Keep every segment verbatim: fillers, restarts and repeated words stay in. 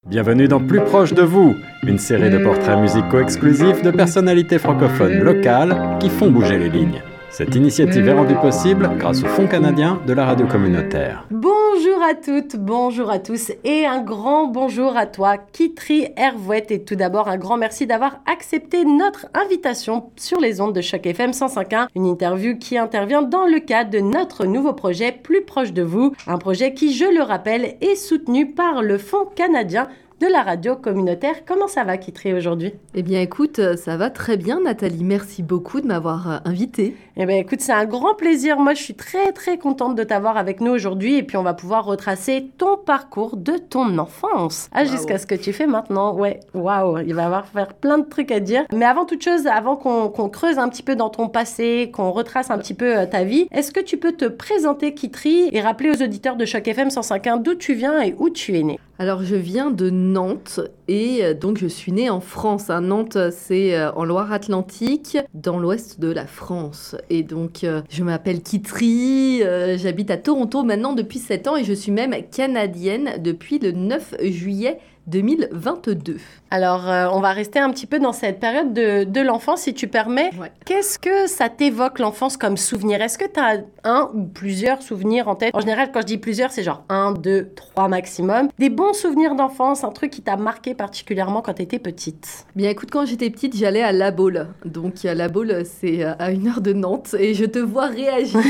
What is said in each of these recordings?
Bienvenue dans Plus proche de vous, une série de portraits musicaux exclusifs de personnalités francophones locales qui font bouger les lignes. Cette initiative est rendue possible grâce au Fonds canadien de la radio communautaire. Bonjour à toutes, bonjour à tous et un grand bonjour à toi, Kitri Hervouette. Et tout d'abord, un grand merci d'avoir accepté notre invitation sur les ondes de Choc F M cent cinq point un. Une interview qui intervient dans le cadre de notre nouveau projet Plus proche de vous. Un projet qui, je le rappelle, est soutenu par le Fonds canadien de la radio communautaire. Comment ça va, Kitri, aujourd'hui? Eh bien, écoute, ça va très bien, Nathalie. Merci beaucoup de m'avoir euh, invitée. Eh bien, écoute, c'est un grand plaisir. Moi, je suis très, très contente de t'avoir avec nous aujourd'hui. Et puis, on va pouvoir retracer ton parcours de ton enfance ah, wow. jusqu'à ce que tu fais maintenant. Ouais, waouh, il va y avoir faire plein de trucs à dire. Mais avant toute chose, avant qu'on, qu'on creuse un petit peu dans ton passé, qu'on retrace un petit peu euh, ta vie, est-ce que tu peux te présenter, Kitri, et rappeler aux auditeurs de Choc F M cent cinq point un d'où tu viens et où tu es née? Alors, je viens de Nantes et euh, donc je suis née en France. Hein. Nantes, c'est euh, en Loire-Atlantique, dans l'ouest de la France. Et donc, euh, je m'appelle Kitri, euh, j'habite à Toronto maintenant depuis sept ans et je suis même canadienne depuis le neuf juillet deux mille vingt-deux. Alors, euh, on va rester un petit peu dans cette période de, de l'enfance, si tu permets. Ouais. Qu'est-ce que ça t'évoque, l'enfance, comme souvenir? Est-ce que tu as un ou plusieurs souvenirs en tête? En général, quand je dis plusieurs, c'est genre un, deux, trois maximum. Des bons souvenirs d'enfance, un truc qui t'a marqué particulièrement quand tu étais petite? Bien, écoute, quand j'étais petite, j'allais à La Baule. Donc, La Baule, c'est à une heure de Nantes et je te vois réagir.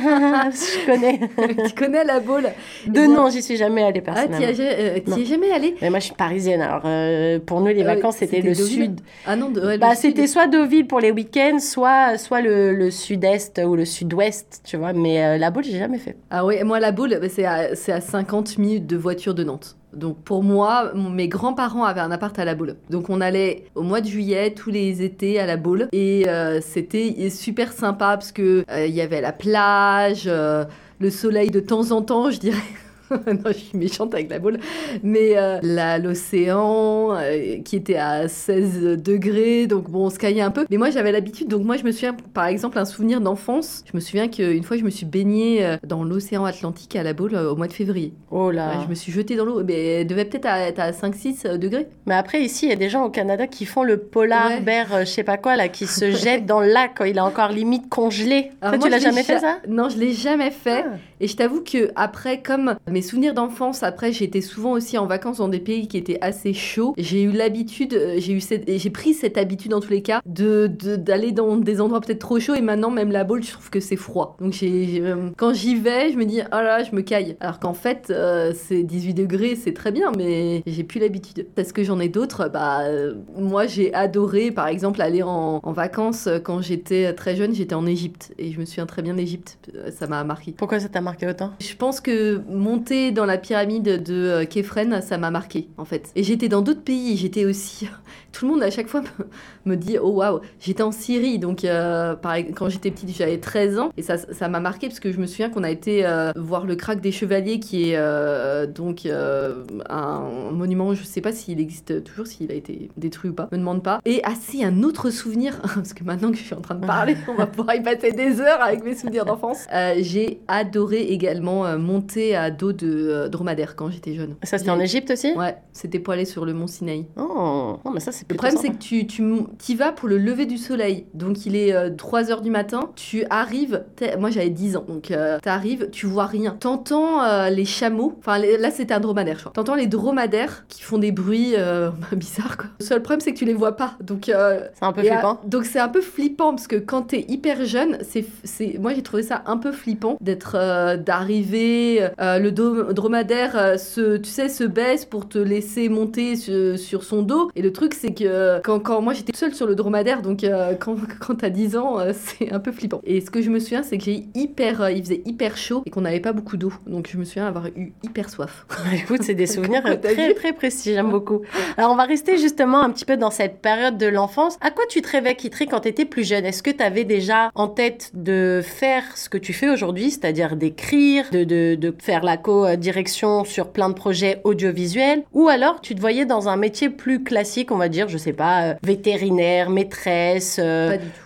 Je connais. Tu connais La Baule? De eh nom, j'y suis jamais allée personnellement. Ah, tu n'y es, euh, es jamais allée? Mais moi, je suis parisienne, alors euh, pour nous, les vacances, euh, c'était, c'était le Deauville. Sud. Ah non, de, ouais, bah, le c'était sud. soit Deauville pour les week-ends, soit, soit le, le sud-est ou le sud-ouest, tu vois. Mais euh, La Baule, j'ai jamais fait. Ah oui, moi, La Baule, bah, c'est, à, c'est à cinquante minutes de voiture de Nantes. Donc pour moi, mes grands-parents avaient un appart à La Baule. Donc on allait au mois de juillet, tous les étés à La Baule. Et euh, c'était super sympa parce qu'il euh, y avait la plage, euh, le soleil de temps en temps, je dirais. Non, je suis méchante avec La Baule, mais euh, la, l'océan euh, qui était à seize degrés, donc bon, on se caillait un peu. Mais moi, j'avais l'habitude, donc moi, je me souviens, par exemple, un souvenir d'enfance, je me souviens qu'une fois, je me suis baignée euh, dans l'océan Atlantique à La Baule euh, au mois de février. Oh là ouais, je me suis jetée dans l'eau, mais elle devait peut-être être à, à cinq six degrés. Mais après, ici, il y a des gens au Canada qui font le polar ouais. bear, euh, je sais pas quoi, là, qui se jettent dans le lac quand il est encore limite congelé. Alors, ça, moi, tu l'as jamais fait, ja- ça? Non, je l'ai jamais fait. Ah. Et je t'avoue que après, comme mes souvenirs d'enfance, après j'étais souvent aussi en vacances dans des pays qui étaient assez chauds. J'ai eu l'habitude, j'ai eu cette, j'ai pris cette habitude dans tous les cas de, de d'aller dans des endroits peut-être trop chauds et maintenant même La Baule, je trouve que c'est froid. Donc j'ai, j'ai quand j'y vais, je me dis oh là, je me caille. Alors qu'en fait, euh, c'est dix-huit degrés, c'est très bien, mais j'ai plus l'habitude. Parce que j'en ai d'autres. Bah euh, moi j'ai adoré, par exemple, aller en, en vacances quand j'étais très jeune. J'étais en Égypte et je me souviens très bien d'Égypte. Ça m'a marqué. Pourquoi ça t'a marqué autant? Je pense que monter dans la pyramide de euh, Képhren, ça m'a marqué en fait. Et j'étais dans d'autres pays, j'étais aussi... Tout le monde à chaque fois me, me dit oh waouh, j'étais en Syrie, donc euh, pareil, quand j'étais petite j'avais treize ans et ça, ça m'a marqué parce que je me souviens qu'on a été euh, voir le Krach des Chevaliers qui est euh, donc euh, un monument, je sais pas s'il existe toujours, s'il a été détruit ou pas, me demande pas. Et ah si, un autre souvenir, parce que maintenant que je suis en train de parler, on va pouvoir y passer des heures avec mes souvenirs d'enfance. Euh, j'ai adoré également euh, monter à dos de euh, dromadaire quand j'étais jeune. Ça c'était j'ai... en Égypte aussi? Ouais, c'était pour aller sur le mont Sinaï. Oh, non mais ça c'est le problème, sympa. C'est que tu, tu y vas pour le lever du soleil. Donc, il est euh, trois heures du matin. Tu arrives... Moi, j'avais dix ans. Donc, euh, tu arrives, tu vois rien. T'entends euh, les chameaux. Enfin, les, là, c'était un dromadaire, je crois. T'entends les dromadaires qui font des bruits euh, bizarres, quoi. Le seul problème, c'est que tu les vois pas. Donc, euh, c'est un peu flippant. À, donc, c'est un peu flippant parce que quand t'es hyper jeune, c'est, c'est, moi, j'ai trouvé ça un peu flippant d'être... Euh, d'arriver... Euh, le do- dromadaire, euh, se, tu sais, se baisse pour te laisser monter sur, sur son dos. Et le truc, c'est que quand, quand moi j'étais seule sur le dromadaire, donc euh, quand, quand t'as dix ans, euh, c'est un peu flippant. Et ce que je me souviens, c'est que j'ai hyper, euh, il faisait hyper chaud et qu'on n'avait pas beaucoup d'eau. Donc je me souviens avoir eu hyper soif. Écoute, c'est des souvenirs très très précis, j'aime beaucoup. Alors on va rester justement un petit peu dans cette période de l'enfance. À quoi tu te rêvais, Kitri, quand t'étais plus jeune? Est-ce que t'avais déjà en tête de faire ce que tu fais aujourd'hui, c'est-à-dire d'écrire, de, de, de faire la co-direction sur plein de projets audiovisuels, ou alors tu te voyais dans un métier plus classique, on va dire, je sais pas, euh, vétérinaire, maîtresse, euh, pas du tout.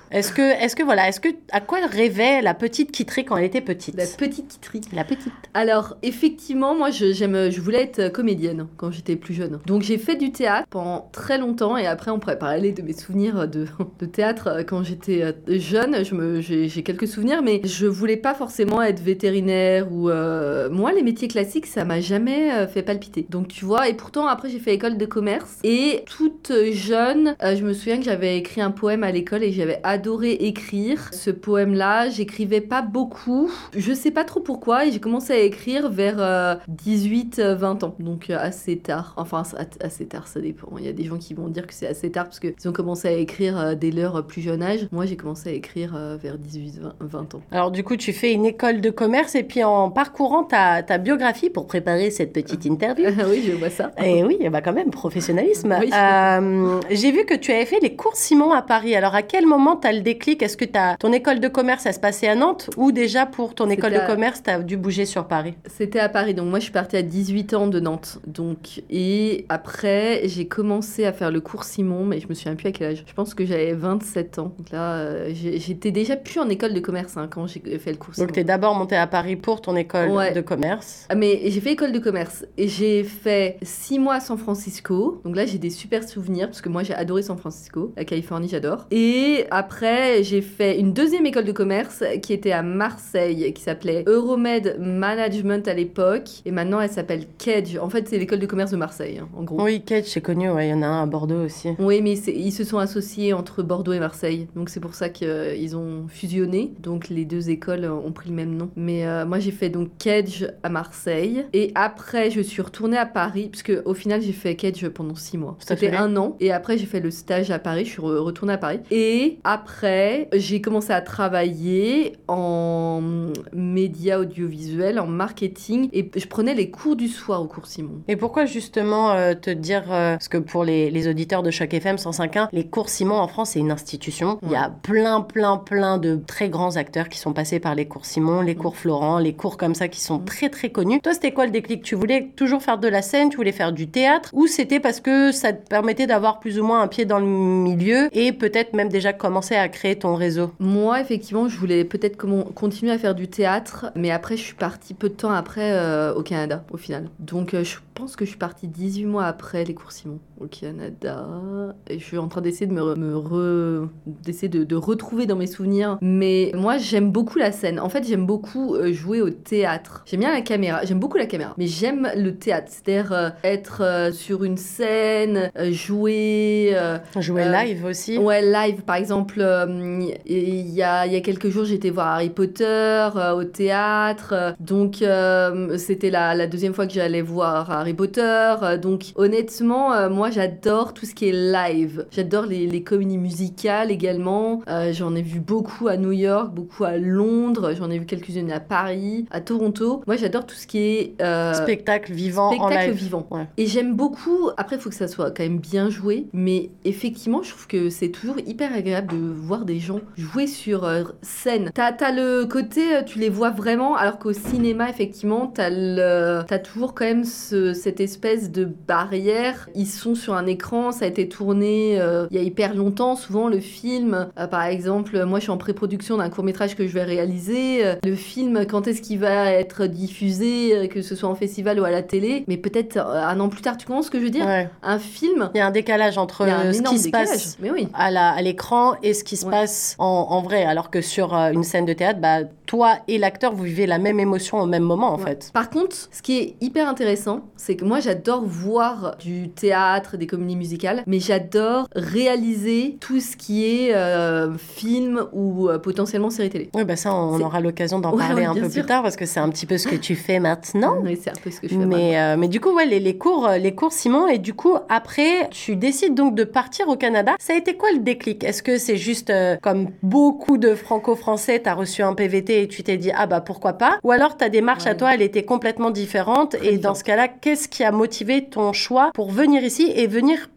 Est-ce que, est-ce que, voilà, est-ce que, à quoi rêvait la petite Kitry quand elle était petite? La petite Kitry. La petite. Alors, effectivement, moi, je, j'aime, je voulais être comédienne quand j'étais plus jeune. Donc, j'ai fait du théâtre pendant très longtemps et après, on pourrait parler de mes souvenirs de, de théâtre quand j'étais jeune. Je me, j'ai, j'ai quelques souvenirs, mais je voulais pas forcément être vétérinaire ou... Euh... Moi, les métiers classiques, ça m'a jamais fait palpiter. Donc, tu vois, et pourtant, après, j'ai fait école de commerce et toute jeune, euh, je me souviens que j'avais écrit un poème à l'école et j'avais adoré écrire. Ce poème-là, j'écrivais pas beaucoup. Je sais pas trop pourquoi et j'ai commencé à écrire vers euh, dix-huit vingt ans. Donc, euh, assez tard. Enfin, assez tard, ça dépend. Il y a des gens qui vont dire que c'est assez tard parce qu'ils ont commencé à écrire euh, dès leur plus jeune âge. Moi, j'ai commencé à écrire euh, vers dix-huit vingt ans. Alors, du coup, tu fais une école de commerce et puis en parcourant ta, ta biographie pour préparer cette petite interview. Oui, je vois ça. Et oui, bah quand même, professionnalisme. Oui. Euh, j'ai vu que tu avais fait les cours Simon à Paris. Alors, à quel moment tu as le déclic? Est-ce que t'as... ton école de commerce, ça se passait à Nantes ou déjà pour ton école C'était de commerce, tu as dû bouger sur Paris? C'était à Paris. Donc, moi, je suis partie à dix-huit ans de Nantes. Donc, et après, j'ai commencé à faire le cours Simon, mais je me souviens plus à quel âge. Je pense que j'avais vingt-sept ans. Donc là, euh, j'ai, j'étais déjà plus en école de commerce hein, quand j'ai fait le cours Simon. Donc, tu es d'abord montée à Paris pour ton école ouais. de commerce. Mais j'ai fait école de commerce et j'ai fait six mois à San Francisco. Donc là, j'ai des super souvenirs parce que moi, j'ai adoré San Francisco. La Californie, j'adore. Et après, j'ai fait une deuxième école de commerce qui était à Marseille, qui s'appelait Euromed Management à l'époque. Et maintenant, elle s'appelle Kedge. En fait, c'est l'école de commerce de Marseille, hein, en gros. Oui, Kedge, c'est connu. Ouais, il y en a un à Bordeaux aussi. Oui, mais c'est, ils se sont associés entre Bordeaux et Marseille. Donc, c'est pour ça qu'ils euh, ont fusionné. Donc, les deux écoles ont pris le même nom. Mais euh, moi, j'ai fait donc Kedge à Marseille. Et après, je suis retournée à Paris. Parce qu'au final, j'ai fait Kedge pendant six mois. C'était un an. Et après, j'ai fait le stage à Paris. Je suis re- retournée à Paris. Et après, j'ai commencé à travailler en médias audiovisuels, en marketing. Et je prenais les cours du soir au cours Simon. Et pourquoi justement euh, te dire... Euh, parce que pour les, les auditeurs de Choc F M cent cinq point un, les cours Simon en France, c'est une institution. Ouais. Il y a plein, plein, plein de très grands acteurs qui sont passés par les cours Simon, les cours Florent, les cours comme ça qui sont très, très connus. Toi, c'était quoi le déclic? Tu voulais toujours faire de la scène, tu voulais faire du théâtre, ou c'était parce que ça te permettait d'avoir plus ou moins un pied dans le milieu et peut-être même déjà commencer à créer ton réseau? Moi, effectivement, je voulais peut-être com- continuer à faire du théâtre, mais après, je suis partie peu de temps après euh, au Canada, au final. Donc, euh, je pense que je suis partie dix-huit mois après les cours Simon au Canada. Et je suis en train d'essayer de me, re- me re... d'essayer de, de retrouver dans mes souvenirs. Mais moi, j'aime beaucoup la scène. En fait, j'aime beaucoup euh, jouer au théâtre. J'aime bien la caméra. J'aime beaucoup la caméra. Mais j'aime le théâtre. C'est-à-dire euh, être euh, sur une scène, euh, jouer... Euh, jouer euh, live aussi. Ouais, live. Par exemple, euh, il y, a, il y a quelques jours, j'étais voir Harry Potter euh, au théâtre. Donc, euh, c'était la, la deuxième fois que j'allais voir Harry Potter. Donc, honnêtement, euh, moi, j'adore tout ce qui est live. J'adore les, les comédies musicales également. Euh, j'en ai vu beaucoup à New York, beaucoup à Londres. J'en ai vu quelques-unes à Paris, à Toronto. Moi, j'adore tout ce qui est... Euh, spectacle vivant spectacle en live. vivant. Ouais. Et j'aime beaucoup... Après, il faut que ça soit quand même bien joué. Mais effectivement, je trouve que c'est toujours hyper agréable de voir des gens jouer sur euh, scène. T'as, t'as le côté, tu les vois vraiment, alors qu'au cinéma, effectivement, t'as, le, t'as toujours quand même ce, cette espèce de barrière. Ils sont sur un écran, ça a été tourné euh, il y a hyper longtemps. Souvent, le film, euh, par exemple, moi, je suis en pré-production d'un court-métrage que je vais réaliser. Euh, le film, quand est-ce qu'il va être diffusé, euh, que ce soit en festival ou à la télé, mais peut-être euh, un an plus tard, tu comprends ce que je veux dire? Ouais. Un film... Il y a un décalage entre un ce qui se décalage. passe mais oui. à, la, à l'écran et ce qui se ouais. passe en, en vrai. Alors que sur euh, une scène de théâtre, bah, toi et l'acteur, vous vivez la même émotion au même moment, en ouais. fait. Par contre, ce qui est hyper intéressant, c'est que moi, j'adore voir du théâtre, des comédies musicales, mais j'adore réaliser tout ce qui est euh, film ou euh, potentiellement série télé. Oui, bah ça, on c'est... aura l'occasion d'en ouais, parler ouais, un peu sûr. plus tard, parce que c'est un petit peu ce que tu fais maintenant. Oui, c'est un peu ce que je fais mais, euh, mais du coup, ouais, les, les, cours, les cours Simon, et du coup, après, tu décides donc de partir au Canada. Ça a été quoi le déclic? Est-ce que c'est juste, euh, comme beaucoup de franco-français, t'as reçu un P V T et tu t'es dit, ah bah pourquoi pas? Ou alors ta démarche ouais. à toi, elle était complètement différente. Très et différent. Dans ce cas-là, qu'est-ce qui a motivé ton choix pour venir ici et venir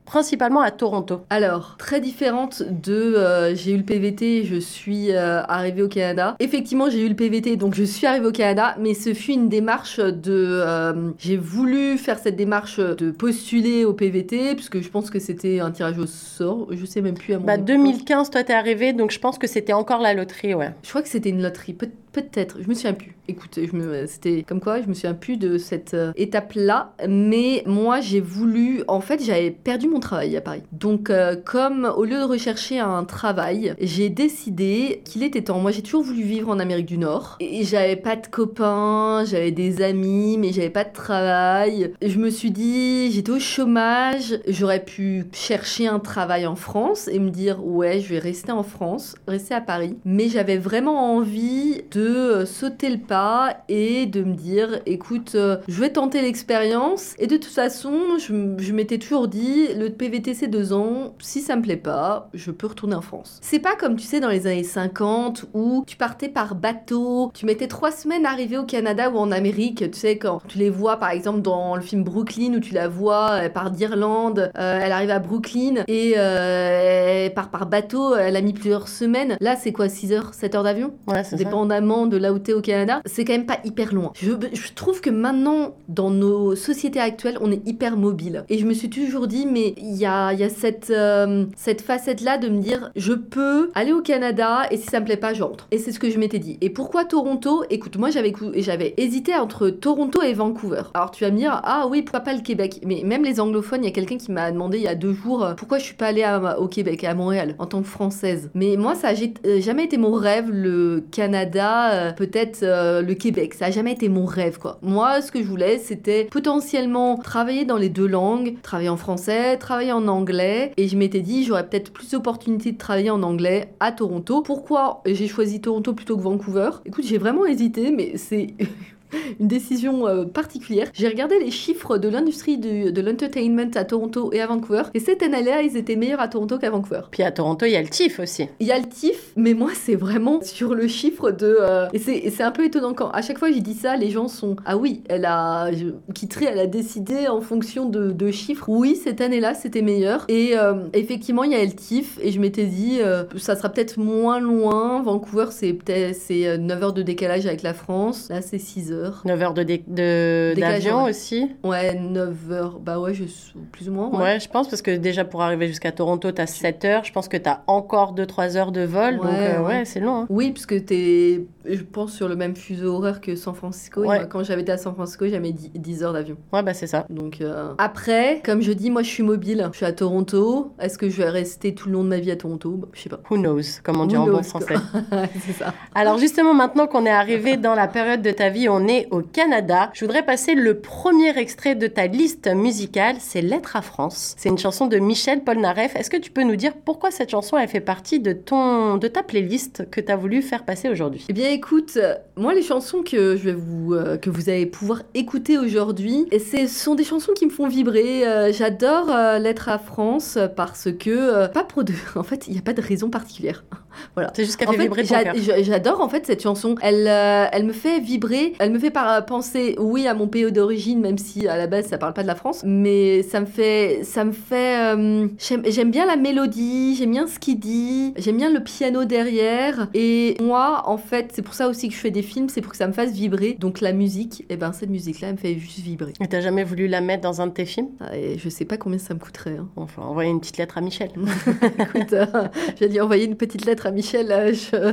principalement à Toronto. Alors, très différente de euh, j'ai eu le P V T, je suis euh, arrivée au Canada. Effectivement, j'ai eu le P V T, donc je suis arrivée au Canada, mais ce fut une démarche de... Euh, j'ai voulu faire cette démarche de postuler au P V T, puisque je pense que c'était un tirage au sort, je sais même plus à mon Bah, époque. deux mille quinze, toi, t'es arrivée, donc je pense que c'était encore la loterie, ouais. Je crois que c'était une loterie, Pe- peut-être, je me souviens plus. Écoute, je me, c'était comme quoi, je me souviens plus de cette euh, étape-là, mais moi, j'ai voulu... En fait, j'avais perdu mon travail à Paris. Donc, euh, comme au lieu de rechercher un travail, j'ai décidé qu'il était temps. Moi, j'ai toujours voulu vivre en Amérique du Nord, et j'avais pas de copains, j'avais des amis, mais j'avais pas de travail. Je me suis dit, j'étais au chômage, j'aurais pu chercher un travail en France et me dire, ouais, je vais rester en France, rester à Paris. Mais j'avais vraiment envie de euh, sauter le pas et de me dire, écoute, euh, je vais tenter l'expérience. Et de toute façon, je, je m'étais toujours dit, le P V T c'est deux ans, si ça me plaît pas, je peux retourner en France. C'est pas comme tu sais dans les années cinquante où tu partais par bateau, tu mettais trois semaines à arriver au Canada ou en Amérique, tu sais, quand tu les vois par exemple dans le film Brooklyn où tu la vois, elle part d'Irlande, euh, elle arrive à Brooklyn et euh, elle part par bateau, elle a mis plusieurs semaines. Là, c'est quoi, six heures, sept heures d'avion? Ouais, c'est ça. Dépendamment de là où t'es au Canada, c'est quand même pas hyper loin. Je, je trouve que maintenant, dans nos sociétés actuelles, on est hyper mobile. Et je me suis toujours dit, mais il y a, y a cette, euh, cette facette-là de me dire, je peux aller au Canada et si ça me plaît pas, je rentre. Et c'est ce que je m'étais dit. Et pourquoi Toronto? Écoute, moi j'avais, j'avais hésité entre Toronto et Vancouver. Alors tu vas me dire, ah oui, pourquoi pas le Québec? Mais même les anglophones, il y a quelqu'un qui m'a demandé il y a deux jours, euh, pourquoi je suis pas allée à, au Québec, à Montréal, en tant que Française. Mais moi, ça a euh, jamais été mon rêve, le Canada, euh, peut-être euh, le Québec. Ça a jamais été mon rêve, quoi. Moi, ce que je voulais, c'était potentiellement travailler dans les deux langues, travailler en français, travailler en anglais. Et je m'étais dit, j'aurais peut-être plus d'opportunités de travailler en anglais à Toronto. Pourquoi j'ai choisi Toronto plutôt que Vancouver? Écoute, j'ai vraiment hésité, mais c'est... une décision euh, particulière. J'ai regardé les chiffres de l'industrie de, de l'entertainment à Toronto et à Vancouver, et cette année-là, ils étaient meilleurs à Toronto qu'à Vancouver. Puis à Toronto, il y a le T I F aussi. Il y a le T I F, mais moi, c'est vraiment sur le chiffre de... Euh, et, c'est, et c'est un peu étonnant quand, à chaque fois que j'ai dit ça, les gens sont... Ah oui, elle a... Kitry, elle a décidé en fonction de, de chiffres. Oui, cette année-là, c'était meilleur. Et euh, effectivement, il y a le T I F, et je m'étais dit, euh, ça sera peut-être moins loin. Vancouver, c'est peut-être c'est neuf heures de décalage avec la France. Là, c'est six heures. neuf heures de dé- de, Décalage, d'avion ouais. aussi. Ouais, neuf heures. Bah ouais, je, plus ou moins. Ouais. ouais, je pense, parce que déjà pour arriver jusqu'à Toronto, t'as sept heures. Je pense que t'as encore deux trois heures de vol. Ouais, donc euh, ouais. ouais. c'est long. Hein. Oui, parce que t'es, je pense, sur le même fuseau horaire que San Francisco. Ouais. Et moi, quand j'avais été à San Francisco, j'avais dix heures d'avion. Ouais, bah c'est ça. Donc euh... après, comme je dis, moi je suis mobile. Je suis à Toronto. Est-ce que je vais rester tout le long de ma vie à Toronto? Bah, je sais pas. Who knows, comme on dit Who en knows, bon français. c'est ça. Alors justement, maintenant qu'on est arrivé dans la période de ta vie, on est au Canada. Je voudrais passer le premier extrait de ta liste musicale, c'est Lettre à France. C'est une chanson de Michel Polnareff. Est-ce que tu peux nous dire pourquoi cette chanson elle fait partie de ton de ta playlist que tu as voulu faire passer aujourd'hui? Eh bien écoute, euh, moi les chansons que je vais vous euh, que vous allez pouvoir écouter aujourd'hui, et ce sont des chansons qui me font vibrer. Euh, j'adore euh, Lettre à France parce que euh, pas pour de en fait, il y a pas de raison particulière. Voilà. C'est juste qu'elle en fait fait, vibrer ton j'a- cœur. j'a- J'adore en fait cette chanson. Elle, euh, elle me fait vibrer. Elle me fait par- penser, oui, à mon pays d'origine, même si à la base ça parle pas de la France. Mais ça me fait, ça me fait. euh, j'aime, j'aime bien la mélodie. J'aime bien ce qu'il dit. J'aime bien le piano derrière. Et moi, en fait, c'est pour ça aussi que je fais des films. C'est pour que ça me fasse vibrer. Donc la musique, et ben cette musique-là, elle me fait juste vibrer. Et t'as jamais voulu la mettre dans un de tes films? Ah, et je sais pas combien ça me coûterait. Hein. Enfin, envoyer une petite lettre à Michel. Écoute, euh, j'ai dit envoyer une petite lettre à Michel. euh, je...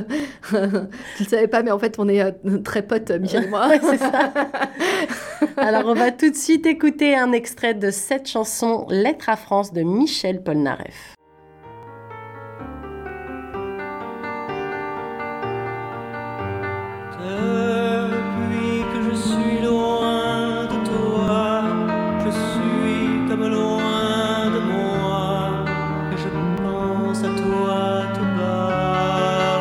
tu le savais pas, mais en fait, on est euh, très potes, Michel et moi. Ouais, c'est ça. Alors, on va tout de suite écouter un extrait de cette chanson Lettre à France de Michel Polnareff. Depuis que je suis loin de toi, je suis comme loin de moi, et je pense à toi tout bas.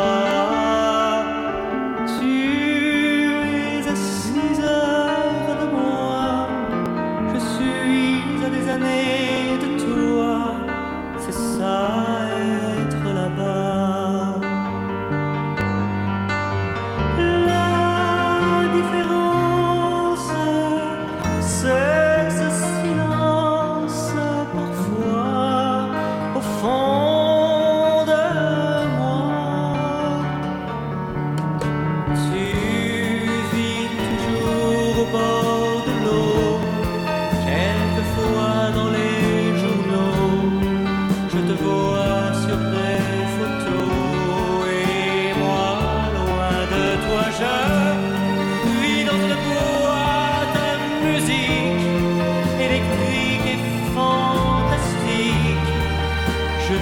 Tu es à six heures de moi, je suis à des années de toi,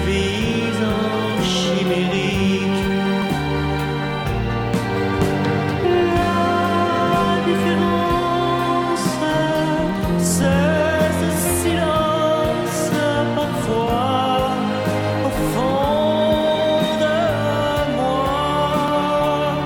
mise en chimérique. La différence, c'est ce silence parfois au fond de moi.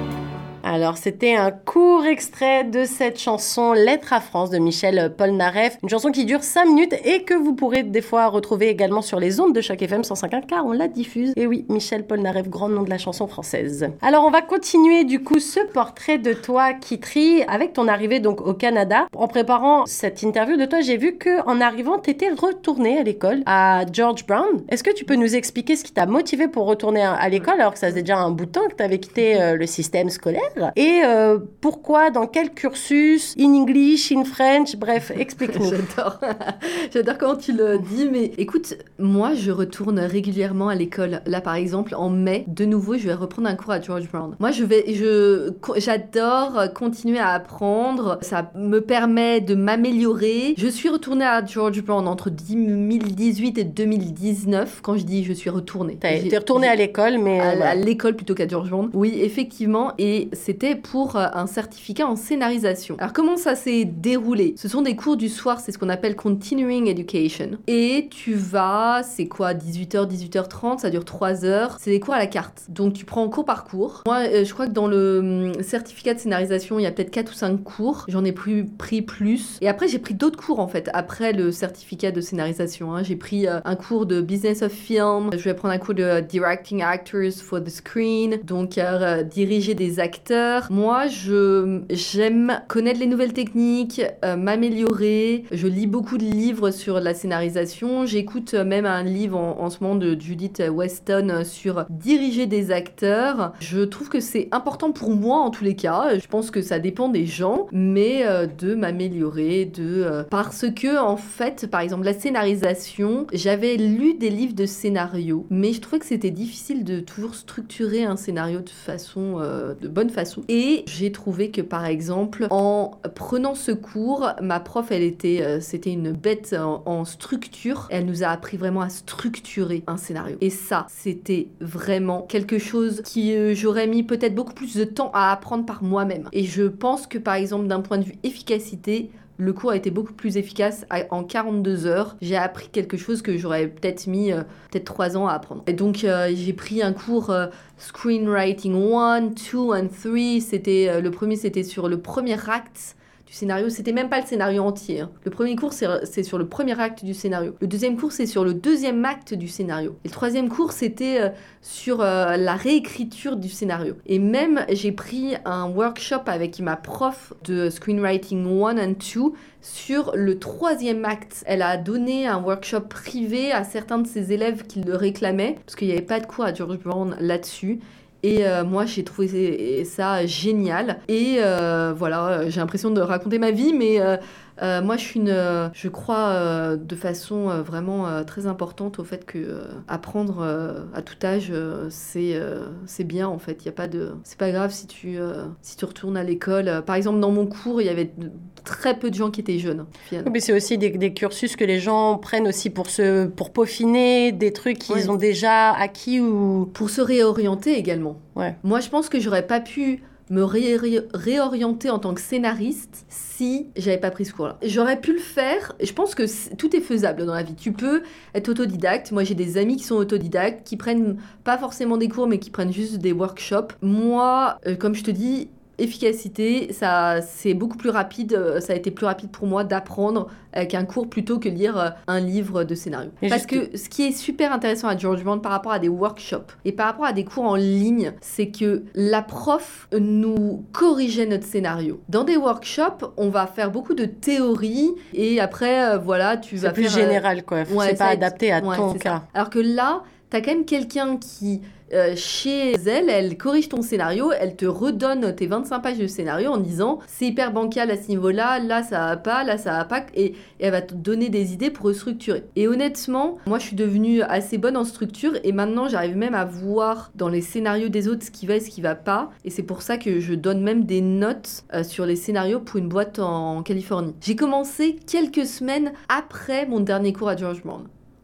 Alors, c'était un court extrait de cette chanson Lettre à France de Michel Polnareff, une chanson qui dure cinq minutes et que vous pourrez des fois retrouver également sur les ondes de Choc F M cent cinq virgule un car on la diffuse. Et oui, Michel Polnareff, grand nom de la chanson française. Alors, on va continuer du coup ce portrait de toi, Kitri, avec ton arrivée donc au Canada. En préparant cette interview de toi, j'ai vu que en arrivant, t'étais retournée à l'école à George Brown. Est-ce que tu peux nous expliquer ce qui t'a motivé pour retourner à, à l'école alors que ça faisait déjà un bout de temps que t'avais quitté euh, le système scolaire? Et euh, pourquoi, dans quel cursus, in English, in French, bref, explique-nous. J'adore. J'adore comment tu le dis, mais écoute, moi je retourne régulièrement à l'école. Là par exemple, en mai, de nouveau, je vais reprendre un cours à George Brown. Moi je vais, je, j'adore continuer à apprendre, ça me permet de m'améliorer. Je suis retournée à George Brown entre deux mille dix-huit et deux mille dix-neuf, quand je dis je suis retournée. T'es, t'es retournée à l'école, mais... À, euh, à l'école plutôt qu'à George Brown. Oui, effectivement, et c'était pour un certificat en scénarisation. Alors comment ça s'est déroulé? Ce sont des cours du soir, c'est ce qu'on appelle Continuing Education. Et tu vas, c'est quoi, dix-huit heures, dix-huit heures trente, ça dure trois heures. C'est des cours à la carte. Donc tu prends cours par cours. Moi, euh, je crois que dans le hum, certificat de scénarisation, il y a peut-être quatre ou cinq cours. J'en ai plus, pris plus. Et après, j'ai pris d'autres cours en fait, après le certificat de scénarisation. Hein. J'ai pris euh, un cours de Business of Film. Je vais prendre un cours de uh, Directing Actors for the Screen. Donc euh, diriger des acteurs. Moi, je, j'aime connaître les nouvelles techniques, euh, m'améliorer. Je lis beaucoup de livres sur la scénarisation. J'écoute même un livre en, en ce moment de Judith Weston sur diriger des acteurs. Je trouve que c'est important pour moi en tous les cas. Je pense que ça dépend des gens, mais euh, de m'améliorer, de euh, parce que en fait, par exemple, la scénarisation, j'avais lu des livres de scénario, mais je trouvais que c'était difficile de toujours structurer un scénario de façon, euh, de bonne façon. Et j'ai trouvé que par exemple, en prenant ce cours, ma prof, elle était, euh, c'était une bête en, en structure. Elle nous a appris vraiment à structurer un scénario. Et ça, c'était vraiment quelque chose qui euh, j'aurais mis peut-être beaucoup plus de temps à apprendre par moi-même. Et je pense que par exemple, d'un point de vue efficacité, le cours a été beaucoup plus efficace. En quarante-deux heures, j'ai appris quelque chose que j'aurais peut-être mis euh, peut-être trois ans à apprendre. Et donc, euh, j'ai pris un cours euh, Screenwriting un, deux et trois. C'était, euh, le premier, c'était sur le premier acte du scénario. C'était même pas le scénario entier. Hein. Le premier cours, c'est, c'est sur le premier acte du scénario. Le deuxième cours, c'est sur le deuxième acte du scénario. Et le troisième cours, c'était euh, sur euh, la réécriture du scénario. Et même, j'ai pris un workshop avec ma prof de Screenwriting un et deux sur le troisième acte. Elle a donné un workshop privé à certains de ses élèves qui le réclamaient, parce qu'il n'y avait pas de cours à George Brown là-dessus. Et euh, moi, j'ai trouvé ça génial. Et euh, voilà, j'ai l'impression de raconter ma vie, mais euh, euh, moi, je suis une, euh, je crois euh, de façon euh, vraiment euh, très importante au fait que euh, apprendre euh, à tout âge, euh, c'est euh, c'est bien en fait. Il y a pas de, c'est pas grave si tu euh, si tu retournes à l'école. Par exemple, dans mon cours, il y avait très peu de gens qui étaient jeunes. Finalement. Mais c'est aussi des, des cursus que les gens prennent aussi pour se, pour peaufiner des trucs qu'ils ouais. ont déjà acquis ou pour se réorienter également. Ouais. Moi, je pense que j'aurais pas pu me ré- ré- réorienter en tant que scénariste si j'avais pas pris ce cours-là. J'aurais pu le faire. Je pense que c- tout est faisable dans la vie. Tu peux être autodidacte. Moi, j'ai des amis qui sont autodidactes, qui prennent pas forcément des cours, mais qui prennent juste des workshops. Moi, euh, comme je te dis, efficacité, ça, c'est beaucoup plus rapide, ça a été plus rapide pour moi d'apprendre avec un cours plutôt que lire un livre de scénario. Et Parce que ce qui est super intéressant à George Brown par rapport à des workshops et par rapport à des cours en ligne, c'est que la prof nous corrigeait notre scénario. Dans des workshops, on va faire beaucoup de théorie et après, euh, voilà, tu c'est vas plus faire... général, quoi. Ouais, c'est pas ça, adapté à ouais, ton c'est cas. Ça. Alors que là, t'as quand même quelqu'un qui... Euh, chez elle, elle corrige ton scénario, elle te redonne tes vingt-cinq pages de scénario en disant c'est hyper bancal à ce niveau-là, là ça va pas, là ça va pas, et, et elle va te donner des idées pour restructurer. Et honnêtement, moi je suis devenue assez bonne en structure et maintenant j'arrive même à voir dans les scénarios des autres ce qui va et ce qui va pas, et c'est pour ça que je donne même des notes euh, sur les scénarios pour une boîte en Californie. J'ai commencé quelques semaines après mon dernier cours à George Brown.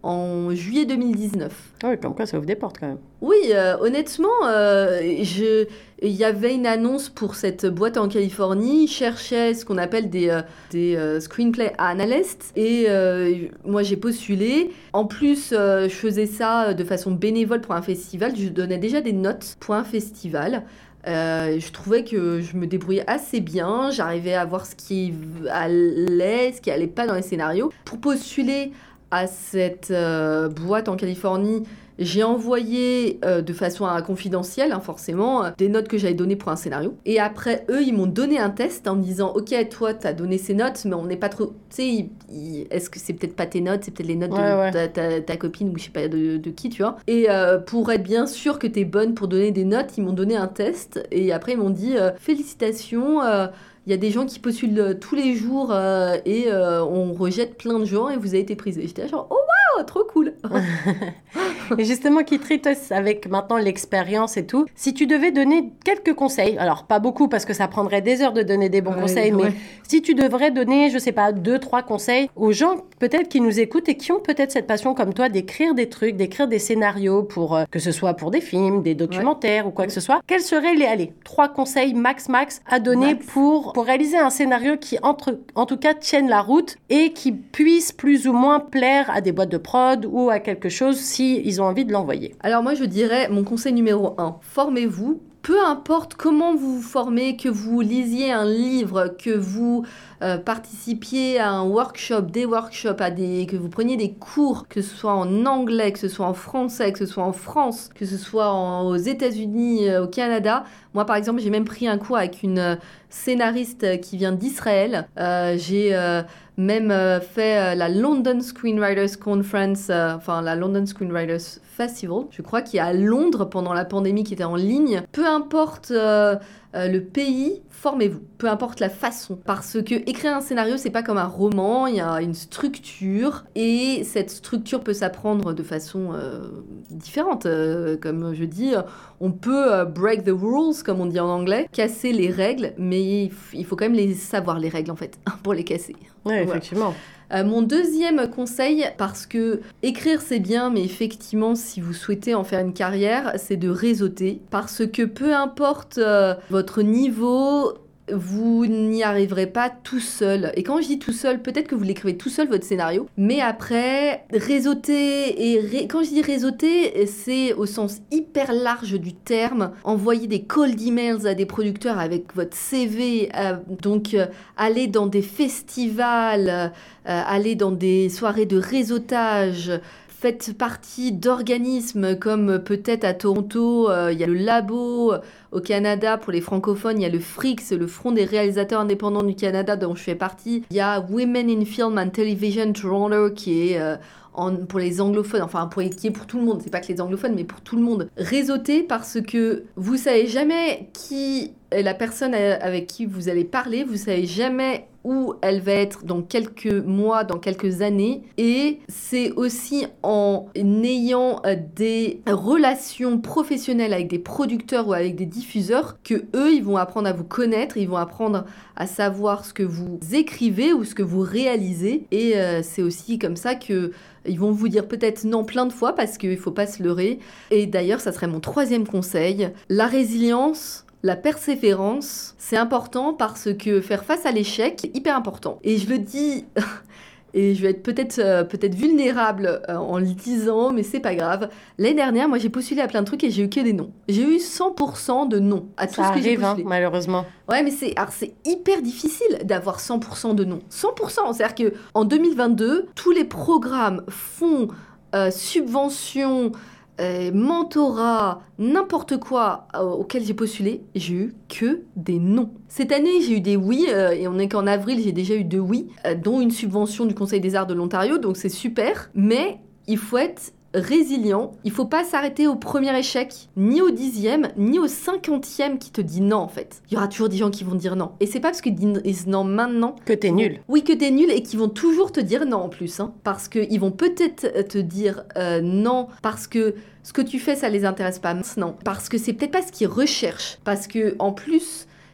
en juillet deux mille dix-neuf. Ah oui, comme quoi ça ouvre des portes quand même. Oui, euh, honnêtement, euh, je... il y avait une annonce pour cette boîte en Californie. Ils cherchaient ce qu'on appelle des, euh, des euh, screenplay analysts. Et euh, moi, j'ai postulé. En plus, euh, je faisais ça de façon bénévole pour un festival. Je donnais déjà des notes pour un festival. Euh, je trouvais que je me débrouillais assez bien. J'arrivais à voir ce qui allait, ce qui allait pas dans les scénarios. Pour postuler à cette euh, boîte en Californie, j'ai envoyé euh, de façon euh, confidentielle, hein, forcément, euh, des notes que j'avais données pour un scénario. Et après, eux, ils m'ont donné un test en me disant « Ok, toi, t'as donné ces notes, mais on n'est pas trop... Tu sais, il- il- est-ce que c'est peut-être pas tes notes, c'est peut-être les notes Ouais, de ouais. ta, ta- ta copine ou je sais pas de, de qui, tu vois. » Et euh, pour être bien sûr que t'es bonne pour donner des notes, ils m'ont donné un test. Et après, ils m'ont dit euh, « Félicitations, euh, il y a des gens qui postulent euh, tous les jours euh, et euh, on rejette plein de gens et vous avez été prise. » Et j'étais là genre « Oh, waouh, trop cool !» Et justement, Kitri, toi, avec maintenant l'expérience et tout, si tu devais donner quelques conseils, alors pas beaucoup parce que ça prendrait des heures de donner des bons Ouais, conseils, mais ouais. si tu devrais donner, je sais pas, deux, trois conseils aux gens peut-être qui nous écoutent et qui ont peut-être cette passion comme toi d'écrire des trucs, d'écrire des scénarios pour euh, que ce soit pour des films, des documentaires ou quoi que ce soit, quels seraient les, allez, trois conseils max max à donner Max. pour, pour réaliser un scénario qui entre, en tout cas tienne la route et qui puisse plus ou moins plaire à des boîtes de prod ou à quelque chose si ils ont envie de l'envoyer. Alors moi je dirais, mon conseil numéro un, formez-vous. Peu importe comment vous vous formez, que vous lisiez un livre, que vous euh, participiez à un workshop, des workshops, à des, que vous preniez des cours, que ce soit en anglais, que ce soit en français, que ce soit en France, que ce soit en- aux États-Unis, euh, au Canada. Moi par exemple, j'ai même pris un cours avec une euh, scénariste euh, qui vient d'Israël. Euh, j'ai euh, même euh, fait euh, la London Screenwriters Conference, euh, enfin la London Screenwriters Festival, je crois, qui est à Londres pendant la pandémie, qui était en ligne. Peu importe euh, euh, le pays, formez-vous. Peu importe la façon. Parce que écrire un scénario, c'est pas comme un roman, il y a une structure, et cette structure peut s'apprendre de façon euh, différente. Euh, comme je dis, on peut euh, break the rules, comme on dit en anglais, casser les règles, mais il, f- il faut quand même les savoir, les règles, en fait, pour les casser. Oui, Voilà. effectivement. Euh, mon deuxième conseil, parce que écrire c'est bien, mais effectivement si vous souhaitez en faire une carrière, c'est de réseauter. Parce que peu importe euh, votre niveau, vous n'y arriverez pas tout seul. Et quand je dis tout seul, peut-être que vous l'écrivez tout seul votre scénario, mais après, réseauter, et ré- quand je dis réseauter, c'est au sens hyper large du terme, envoyer des cold emails à des producteurs avec votre C V, euh, donc euh, aller dans des festivals, euh, aller dans des soirées de réseautage. Faites partie d'organismes comme peut-être à Toronto, euh, il y a le Labo, au Canada pour les francophones, il y a le F R I C S, le Front des réalisateurs indépendants du Canada dont je fais partie. Il y a Women in Film and Television Toronto qui est euh, en- pour les anglophones, enfin pour, qui est pour tout le monde, c'est pas que les anglophones mais pour tout le monde. Réseauter parce que vous savez jamais qui est la personne avec qui vous allez parler, vous savez jamais où elle va être dans quelques mois, dans quelques années. Et c'est aussi en ayant euh, des relations professionnelles avec des producteurs ou avec des diffuseurs que eux, ils vont apprendre à vous connaître, ils vont apprendre à savoir ce que vous écrivez ou ce que vous réalisez. Et euh, c'est aussi comme ça que ils vont vous dire peut-être non plein de fois parce qu'il ne faut pas se leurrer. Et d'ailleurs, ça serait mon troisième conseil. La résilience... La persévérance, c'est important parce que faire face à l'échec, c'est hyper important. Et je le dis, et je vais être peut-être euh, peut-être vulnérable euh, en le disant, mais c'est pas grave. L'année dernière, moi j'ai postulé à plein de trucs et j'ai eu que des noms. J'ai eu cent pour cent de non à tout Ça ce que j'ai arrive, hein, postulé. malheureusement. Ouais, mais c'est, alors c'est hyper difficile d'avoir cent pour cent de non. cent pour cent, c'est-à-dire qu'en deux mille vingt-deux, tous les programmes, fonds, euh, subventions, euh, mentorat, n'importe quoi euh, auquel j'ai postulé, j'ai eu que des non. Cette année, j'ai eu des oui, euh, et on est qu'en avril, j'ai déjà eu deux oui, euh, dont une subvention du Conseil des arts de l'Ontario, donc c'est super, mais il faut être résilient, il faut pas s'arrêter au premier échec, ni au dixième, ni au cinquantième qui te dit non en fait. Il y aura toujours des gens qui vont dire non. Et c'est pas parce qu'ils disent non maintenant Que t'es nul. oui, que t'es nul et qui vont toujours te dire non en plus. Hein, parce qu'ils vont peut-être te dire euh, non parce que ce que tu fais, ça les intéresse pas. Non, parce que c'est peut-être pas ce qu'ils recherchent. Parce que en plus,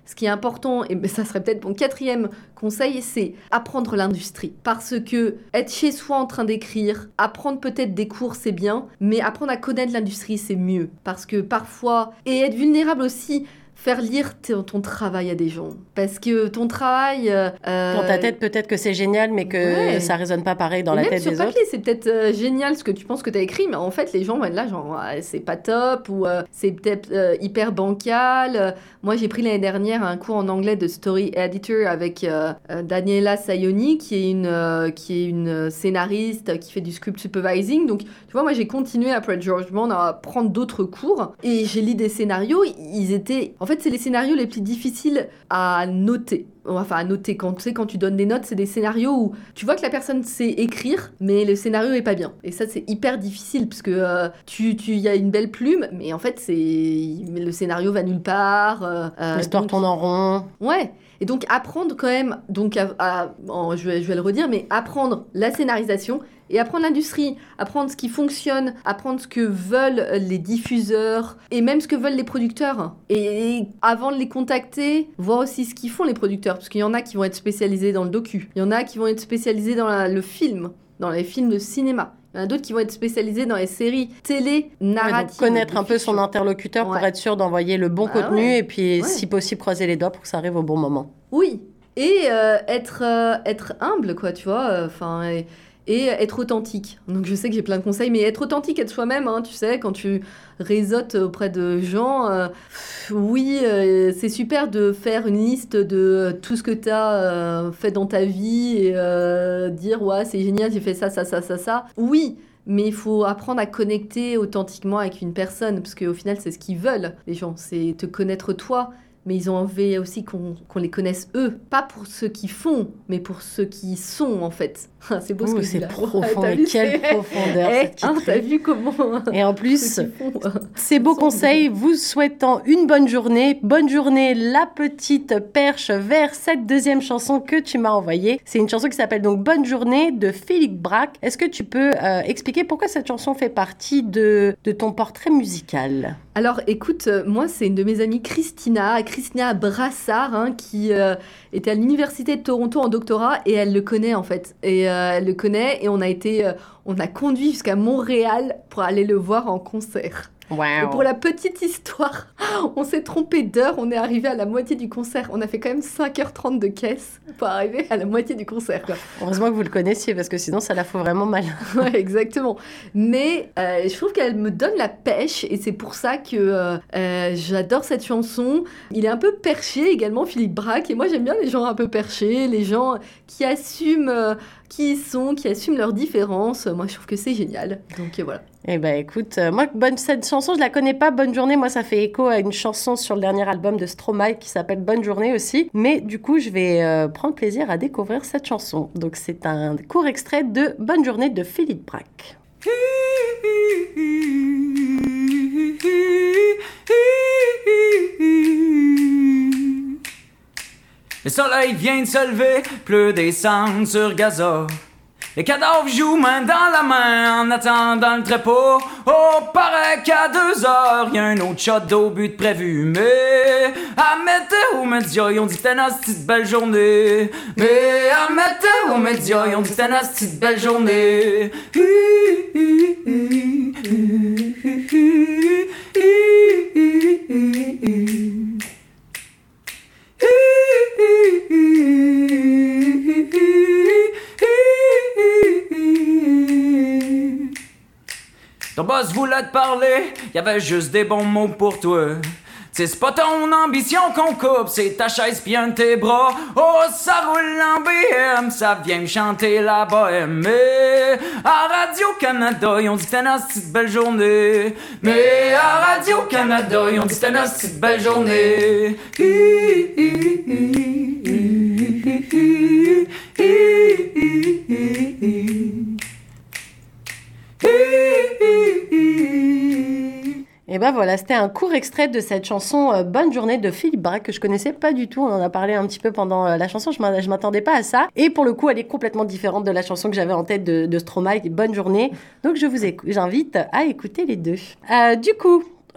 ce qui est important, et ça serait peut-être mon quatrième conseil, c'est apprendre l'industrie. Parce que être chez soi en train d'écrire, apprendre peut-être des cours, c'est bien, mais apprendre à connaître l'industrie, c'est mieux. Parce que parfois, et être vulnérable aussi, faire lire ton, ton travail à des gens. Parce que ton travail... Euh, dans ta tête, peut-être que c'est génial, mais que ouais. ça résonne pas pareil dans et la même tête des sur papier, autres. C'est peut-être euh, génial ce que tu penses que tu as écrit, mais en fait, les gens vont être là, genre, ouais, c'est pas top, ou euh, c'est peut-être euh, hyper bancal. Euh, moi, j'ai pris l'année dernière un cours en anglais de story editor avec euh, euh, Daniela Sayoni, qui est, une, euh, qui est une scénariste qui fait du script supervising. Donc, tu vois, moi, j'ai continué après George Bond à prendre d'autres cours, et j'ai lu des scénarios, ils étaient... En fait, c'est les scénarios les plus difficiles à noter. Enfin, à noter. Quand tu sais, quand tu donnes des notes, c'est des scénarios où tu vois que la personne sait écrire, mais le scénario est pas bien. Et ça, c'est hyper difficile parce que euh, tu, tu, y a une belle plume, mais en fait, c'est le scénario va nulle part. Euh, L'histoire donc... tourne en rond. Ouais. Et donc apprendre quand même, donc à, à, oh, je, vais, je vais le redire, mais apprendre la scénarisation et apprendre l'industrie, apprendre ce qui fonctionne, apprendre ce que veulent les diffuseurs et même ce que veulent les producteurs. Et, et avant de les contacter, voir aussi ce qu'ils font les producteurs, parce qu'il y en a qui vont être spécialisés dans le docu, il y en a qui vont être spécialisés dans la, le film, dans les films de cinéma. Il y en a d'autres qui vont être spécialisés dans les séries télé narratives. Ouais, connaître un peu son interlocuteur ouais. pour être sûr d'envoyer le bon bah contenu ouais. et puis, ouais. si possible, croiser les doigts pour que ça arrive au bon moment. Oui, et euh, être, euh, être humble, quoi, tu vois. Enfin, et, et être authentique. Donc, je sais que j'ai plein de conseils, mais être authentique, être soi-même, hein, tu sais, quand tu réseautes auprès de gens, euh, oui, euh, c'est super de faire une liste de tout ce que tu as euh, fait dans ta vie et euh, dire, ouais, c'est génial, j'ai fait ça, ça, ça, ça, ça. Oui, mais il faut apprendre à connecter authentiquement avec une personne, parce qu'au final, c'est ce qu'ils veulent, les gens, c'est te connaître toi. Mais ils ont envie aussi qu'on, qu'on les connaisse eux. Pas pour ceux qui font, mais pour ceux qui sont, en fait. C'est beau ce Ouh, que c'est là. profond, Ouais, mais quelle profondeur. Eh, hein, t'as vu comment... Et en plus, font, euh, ces beaux conseils, vous souhaitant une bonne journée. Bonne journée, la petite perche vers cette deuxième chanson que tu m'as envoyée. C'est une chanson qui s'appelle donc Bonne journée de Philippe Braque. Est-ce que tu peux euh, expliquer pourquoi cette chanson fait partie de, de ton portrait musical ? Alors, écoute, euh, moi, c'est une de mes amies, Christina, Christina Brassard, hein, qui euh, était à l'université de Toronto en doctorat, et elle le connaît, en fait. Et euh, elle le connaît, et on a été, euh, on a conduit jusqu'à Montréal pour aller le voir en concert. Wow. Et pour la petite histoire, on s'est trompé d'heure, on est arrivé à la moitié du concert. On a fait quand même cinq heures trente de caisse pour arriver à la moitié du concert, quoi. Heureusement que vous le connaissiez, parce que sinon ça la fout vraiment mal. Ouais, exactement. Mais euh, je trouve qu'elle me donne la pêche, et c'est pour ça que euh, euh, j'adore cette chanson. Il est un peu perché également, Philippe Braque, et moi j'aime bien les gens un peu perchés, les gens qui assument euh, qui ils sont, qui assument leurs différences. Moi je trouve que c'est génial, donc euh, voilà. Eh ben écoute, euh, moi bonne, cette chanson je la connais pas, Bonne journée, moi ça fait écho à une chanson sur le dernier album de Stromae qui s'appelle Bonne journée aussi, mais du coup je vais euh, prendre plaisir à découvrir cette chanson. Donc c'est un court extrait de Bonne journée de Philippe Braque. Le soleil vient de se lever, pleut des cendres sur Gaza. Les cadavres jouent main dans la main en attendant le trépeau. Oh, paraît qu'à deux heures, y'a un autre shot d'au but prévu. Mais à météo média, ils ont dit que c'était une petite belle journée. Mais à météo média, ils ont dit que c'était une petite belle journée. Ton boss voulait te parler, y'avait juste des bons mots pour toi. T'sais, c'est pas ton ambition qu'on coupe, c'est ta chaise pis un de tes bras. Oh, ça roule en B M, ça vient me chanter la bohème. Mais à Radio-Canada, ils ont dit que c'était une petite belle journée. Mais à Radio-Canada, ils ont dit que c'était une petite belle journée. Et ben voilà, c'était un court extrait de cette chanson euh, Bonne journée de Philippe Braque que je connaissais pas du tout. On en a parlé un petit peu pendant euh, la chanson, je, je m'attendais pas à ça. Et pour le coup, elle est complètement différente de la chanson que j'avais en tête de, de Stromae, Bonne journée. Donc je vous éc- j'invite à écouter les deux. Euh, du coup,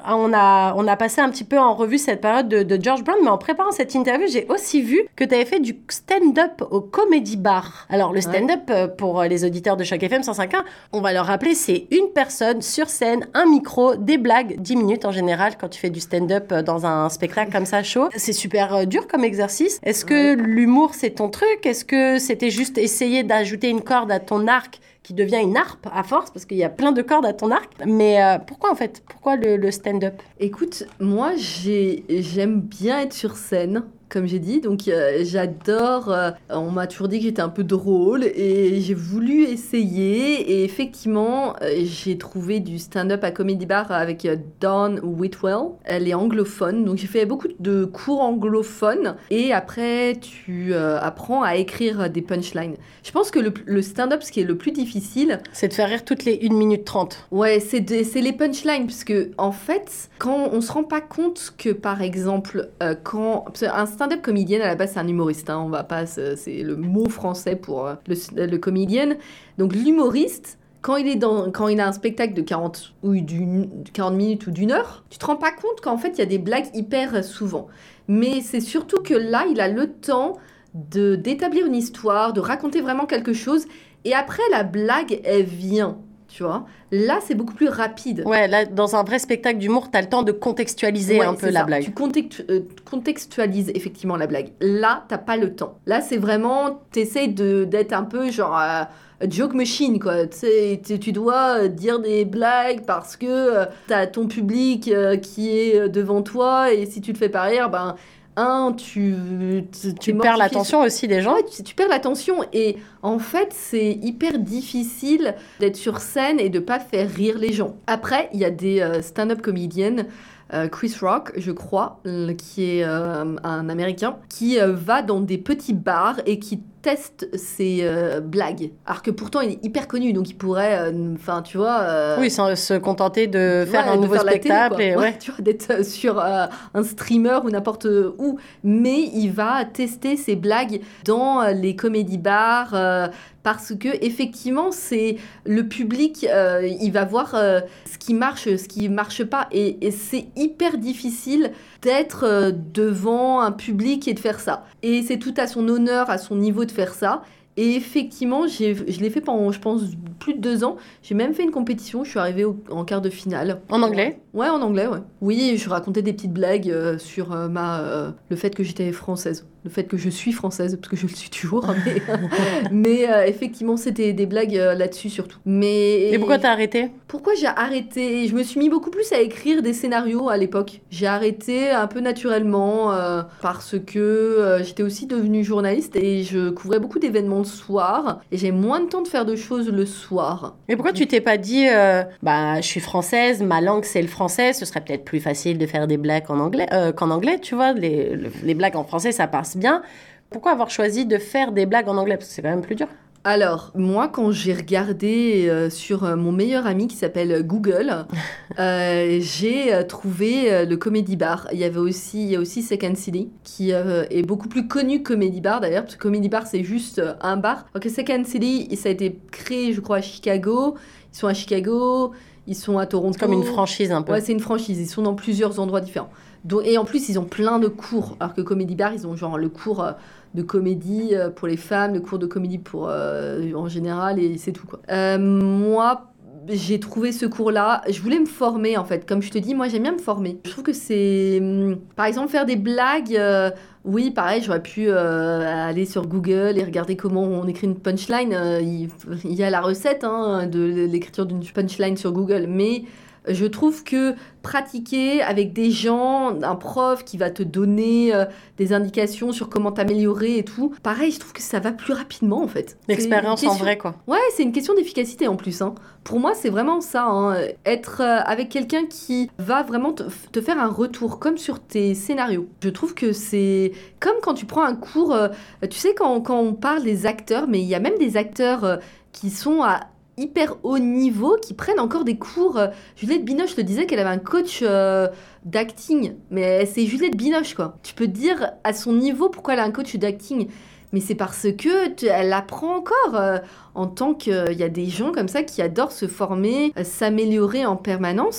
on a, on a passé un petit peu en revue cette période de, de George Brown, mais en préparant cette interview, j'ai aussi vu que tu avais fait du stand-up au Comedy Bar. Alors, le stand-up, ouais. pour les auditeurs de Choc F M cent cinq point un, on va leur rappeler, c'est une personne sur scène, un micro, des blagues, dix minutes en général, quand tu fais du stand-up dans un spectacle comme ça, chaud. C'est super dur comme exercice. Est-ce que ouais. l'humour, c'est ton truc? Est-ce que c'était juste essayer d'ajouter une corde à ton arc qui devient une harpe à force, parce qu'il y a plein de cordes à ton arc. Mais euh, pourquoi en fait? Pourquoi le, le stand-up? Écoute, moi j'ai, j'aime bien être sur scène, comme j'ai dit, donc euh, j'adore, euh, on m'a toujours dit que j'étais un peu drôle et j'ai voulu essayer et effectivement euh, j'ai trouvé du stand-up à Comedy Bar avec euh, Dawn Whitwell, elle est anglophone, donc j'ai fait beaucoup de cours anglophones et après tu euh, apprends à écrire des punchlines. Je pense que le, le stand-up, ce qui est le plus difficile, c'est de faire rire toutes les une minute trente. Ouais, c'est, de, c'est les punchlines, parce que en fait, quand on se rend pas compte que par exemple, euh, quand un stand-up comédien à la base c'est un humoriste, hein, on va pas, c'est le mot français pour euh, le, le comédien. Donc l'humoriste, quand il est dans, quand il a un spectacle de quarante ou d'une quarante minutes ou d'une heure, tu te rends pas compte qu'en fait il y a des blagues hyper souvent. Mais c'est surtout que là, il a le temps de d'établir une histoire, de raconter vraiment quelque chose, et après la blague elle vient. Tu vois, là c'est beaucoup plus rapide. Ouais, là dans un vrai spectacle d'humour, t'as le temps de contextualiser ouais, un peu la ça. blague. Tu contextu- euh, contextualises effectivement la blague. Là, t'as pas le temps. Là, c'est vraiment, t'essayes de, d'être un peu genre euh, joke machine, quoi. T'sais, tu dois dire des blagues parce que euh, t'as ton public euh, qui est devant toi et si tu te fais pas rire, ben... Un, tu, tu, tu perds l'attention aussi des gens. Ouais, tu, tu perds l'attention et en fait, c'est hyper difficile d'être sur scène et de pas faire rire les gens. Après, il y a des euh, stand-up comédiennes, euh, Chris Rock, je crois, euh, qui est euh, un Américain, qui euh, va dans des petits bars et qui teste ses euh, blagues. Alors que pourtant, il est hyper connu, donc il pourrait, enfin, euh, tu vois... Euh... Oui, sans se contenter de faire ouais, un de nouveau faire spectacle. Télé, et ouais, ouais. Tu vois, d'être sur euh, un streamer ou n'importe où. Mais il va tester ses blagues dans euh, les comédie bars, euh, parce que effectivement, c'est le public, euh, il va voir euh, ce qui marche, ce qui marche pas. Et, et c'est hyper difficile d'être euh, devant un public et de faire ça. Et c'est tout à son honneur, à son niveau de faire ça. Et effectivement, j'ai, je l'ai fait pendant, je pense, plus de deux ans. J'ai même fait une compétition. Je suis arrivée au, en quart de finale. En anglais ? Ouais, en anglais, ouais. Oui, je racontais des petites blagues euh, sur euh, ma, euh, le fait que j'étais française. Le fait que je suis française, parce que je le suis toujours. Mais, mais euh, effectivement, c'était des blagues euh, là-dessus surtout. Mais, et pourquoi t'as arrêté ? Pourquoi j'ai arrêté ? Je me suis mis beaucoup plus à écrire des scénarios à l'époque. J'ai arrêté un peu naturellement euh, parce que euh, j'étais aussi devenue journaliste et je couvrais beaucoup d'événements le soir. Et j'ai moins de temps de faire de choses le soir. Mais pourquoi tu t'es pas dit, euh, bah, je suis française, ma langue c'est le français, ce serait peut-être plus facile de faire des blagues en anglais, euh, qu'en anglais, tu vois, les, les blagues en français ça passe bien. Pourquoi avoir choisi de faire des blagues en anglais ? Parce que c'est quand même plus dur. Alors, moi, quand j'ai regardé euh, sur euh, mon meilleur ami qui s'appelle Google, euh, j'ai euh, trouvé euh, le Comedy Bar. Il y avait aussi, il y a aussi Second City, qui euh, est beaucoup plus connu que Comedy Bar, d'ailleurs, parce que Comedy Bar, c'est juste euh, un bar. Alors que Second City, ça a été créé, je crois, à Chicago. Ils sont à Chicago, ils sont à Toronto. Comme une franchise, un peu. Ouais, c'est une franchise. Ils sont dans plusieurs endroits différents. Donc, et en plus, ils ont plein de cours. Alors que Comedy Bar, ils ont genre le cours... Euh, de comédie pour les femmes, le cours de comédie pour euh, en général, et c'est tout, quoi. Euh, moi, j'ai trouvé ce cours-là. Je voulais me former, en fait. Comme je te dis, moi, j'aime bien me former. Je trouve que c'est... Par exemple, faire des blagues... Euh, oui, pareil, j'aurais pu euh, aller sur Google et regarder comment on écrit une punchline. Euh, il, il y a la recette hein, de l'écriture d'une punchline sur Google, mais... Je trouve que pratiquer avec des gens, un prof qui va te donner euh, des indications sur comment t'améliorer et tout, pareil, je trouve que ça va plus rapidement en fait. L'expérience question... en vrai, quoi. Ouais, c'est une question d'efficacité en plus. Hein. Pour moi, c'est vraiment ça. Hein. Être euh, avec quelqu'un qui va vraiment te, te faire un retour, comme sur tes scénarios. Je trouve que c'est comme quand tu prends un cours, euh, tu sais, quand, quand on parle des acteurs, mais il y a même des acteurs euh, qui sont à hyper haut niveau, qui prennent encore des cours. Juliette Binoche le disait qu'elle avait un coach euh, d'acting, mais c'est Juliette Binoche, quoi. Tu peux dire à son niveau pourquoi elle a un coach d'acting, mais c'est parce que tu, elle apprend encore euh, en tant qu'il y a des gens comme ça qui adorent se former, euh, s'améliorer en permanence.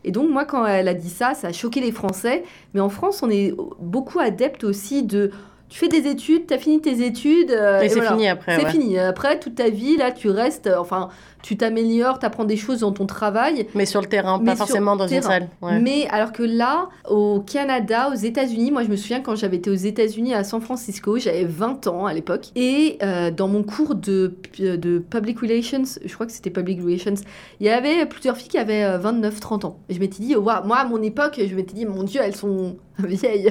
Et donc, moi, quand elle a dit ça, ça a choqué les Français. Mais en France, on est beaucoup adeptes aussi de... Tu fais des études, tu as fini tes études. Euh, et, et c'est voilà. fini après. C'est ouais. fini. Après, toute ta vie, là, tu restes... Euh, enfin, tu t'améliores, tu apprends des choses dans ton travail. Mais sur le terrain, pas forcément dans une salle. Ouais. Mais alors que là, au Canada, aux États-Unis, moi, je me souviens quand j'avais été aux États-Unis à San Francisco, j'avais vingt ans à l'époque. Et euh, dans mon cours de, de Public Relations, je crois que c'était Public Relations, il y avait plusieurs filles qui avaient vingt-neuf trente ans. Et je m'étais dit, oh, wow, moi, à mon époque, je m'étais dit, mon Dieu, elles sont vieilles.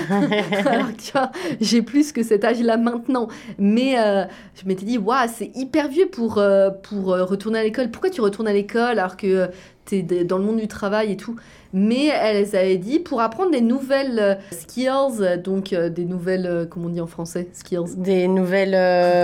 Alors que tu vois, j'ai plus que cet âge-là maintenant. Mais euh, je m'étais dit, waouh, c'est hyper vieux pour, euh, pour euh, retourner à l'école. Pourquoi tu retournes à l'école alors que euh, tu es dans le monde du travail et tout? Mais elles avaient dit, pour apprendre des nouvelles euh, skills, donc euh, des nouvelles, euh, comment on dit en français, skills? Des nouvelles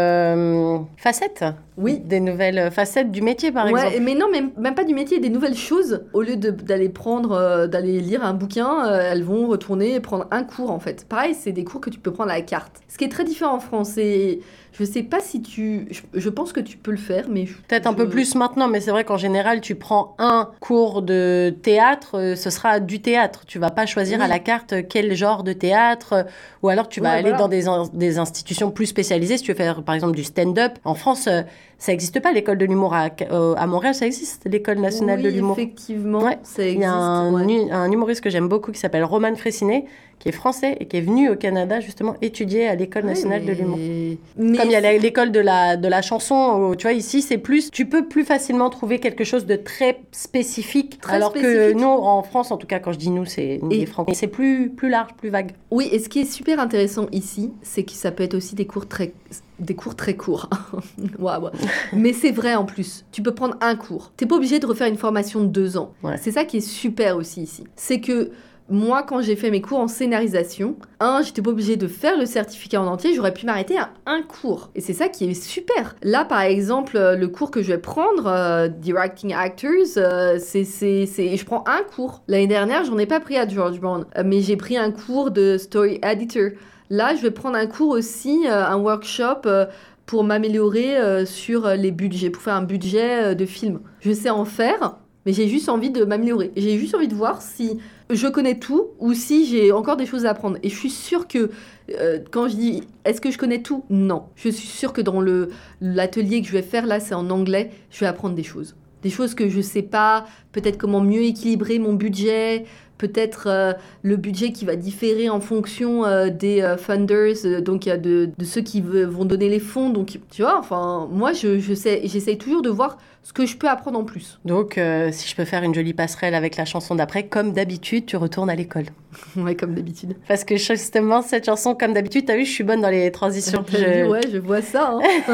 euh, facettes. Oui. Des nouvelles facettes du métier, par ouais, exemple. Mais non, même, même pas du métier, des nouvelles choses. Au lieu de, d'aller prendre, euh, d'aller lire un bouquin, euh, elles vont retourner et prendre un cours, en fait. Pareil, c'est des cours que tu peux prendre à la carte. Ce qui est très différent en France. Et je sais pas si tu... Je, je pense que tu peux le faire, mais... Peut-être je... un peu plus maintenant, mais c'est vrai qu'en général, tu prends un cours de théâtre, ce sera du théâtre. Tu vas pas choisir oui. à la carte quel genre de théâtre, ou alors tu vas ouais, aller voilà. dans des, in- des institutions plus spécialisées. Si tu veux faire, par exemple, du stand-up. En France, ça n'existe pas, l'école de l'humour. À, euh, à Montréal, ça existe, l'école nationale oui, de l'humour. effectivement, ouais. ça existe. Il y a un, ouais. un humoriste que j'aime beaucoup qui s'appelle Roman Fraissinet, qui est français et qui est venu au Canada, justement, étudier à l'école nationale ouais, mais... de l'humour. Mais Comme il y a l'école de la, de la chanson, où, tu vois, ici, c'est plus... Tu peux plus facilement trouver quelque chose de très spécifique. Très alors spécifique. Que nous, en France, en tout cas, quand je dis nous, c'est nous, les Français. C'est plus, plus large, plus vague. Oui, et ce qui est super intéressant ici, c'est que ça peut être aussi des cours très... Des cours très courts. ouais, ouais. Mais c'est vrai en plus. Tu peux prendre un cours. T'es pas obligé de refaire une formation de deux ans. Ouais. C'est ça qui est super aussi ici. C'est que moi, quand j'ai fait mes cours en scénarisation, un, j'étais pas obligée de faire le certificat en entier, j'aurais pu m'arrêter à un cours. Et c'est ça qui est super. Là, par exemple, le cours que je vais prendre, euh, Directing Actors, euh, c'est, c'est, c'est... je prends un cours. L'année dernière, j'en ai pas pris à George Brown, euh, mais j'ai pris un cours de Story Editor. Là, je vais prendre un cours aussi, euh, un workshop euh, pour m'améliorer euh, sur les budgets, pour faire un budget euh, de film. Je sais en faire, mais j'ai juste envie de m'améliorer. J'ai juste envie de voir si je connais tout ou si j'ai encore des choses à apprendre. Et je suis sûre que, euh, quand je dis « est-ce que je connais tout ?» Non. Je suis sûre que dans le, l'atelier que je vais faire, là, c'est en anglais, je vais apprendre des choses. Des choses que je sais pas, peut-être comment mieux équilibrer mon budget, peut-être euh, le budget qui va différer en fonction euh, des euh, funders, euh, donc euh, de, de ceux qui v- vont donner les fonds. Donc, tu vois, enfin, moi, je, je sais, j'essaye toujours de voir ce que je peux apprendre en plus. Donc, euh, si je peux faire une jolie passerelle avec la chanson d'après, comme d'habitude, tu retournes à l'école. Ouais, comme d'habitude. Parce que justement, cette chanson, comme d'habitude, t'as vu, je suis bonne dans les transitions. T'as je... vu, ouais, je vois ça.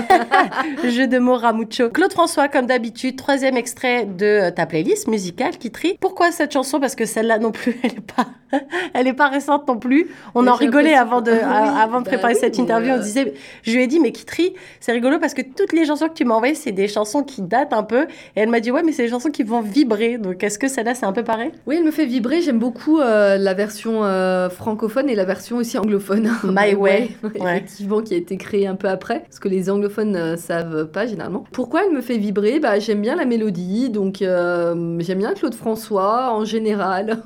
Hein. Jeu de mots Ramucho. Claude François, comme d'habitude, troisième extrait de ta playlist musicale qui trie. Pourquoi cette chanson? Parce que celle-là non plus, elle est pas, elle est pas récente non plus. On mais en rigolait avant de, oui, avant de bah préparer oui, cette interview. Euh... On disait, je lui ai dit, mais Kitri, c'est rigolo parce que toutes les chansons que tu m'as envoyées, c'est des chansons qui datent un peu. Et elle m'a dit, ouais, mais c'est des chansons qui vont vibrer. Donc, est-ce que celle-là, c'est un peu pareil? Oui, elle me fait vibrer. J'aime beaucoup euh, la version euh, francophone et la version aussi anglophone. My Way. Ouais. Effectivement, qui a été créée un peu après. Parce que les anglophones ne euh, savent pas, généralement. Pourquoi elle me fait vibrer? Bah, j'aime bien la mélodie. Donc, euh, j'aime bien Claude François, en général.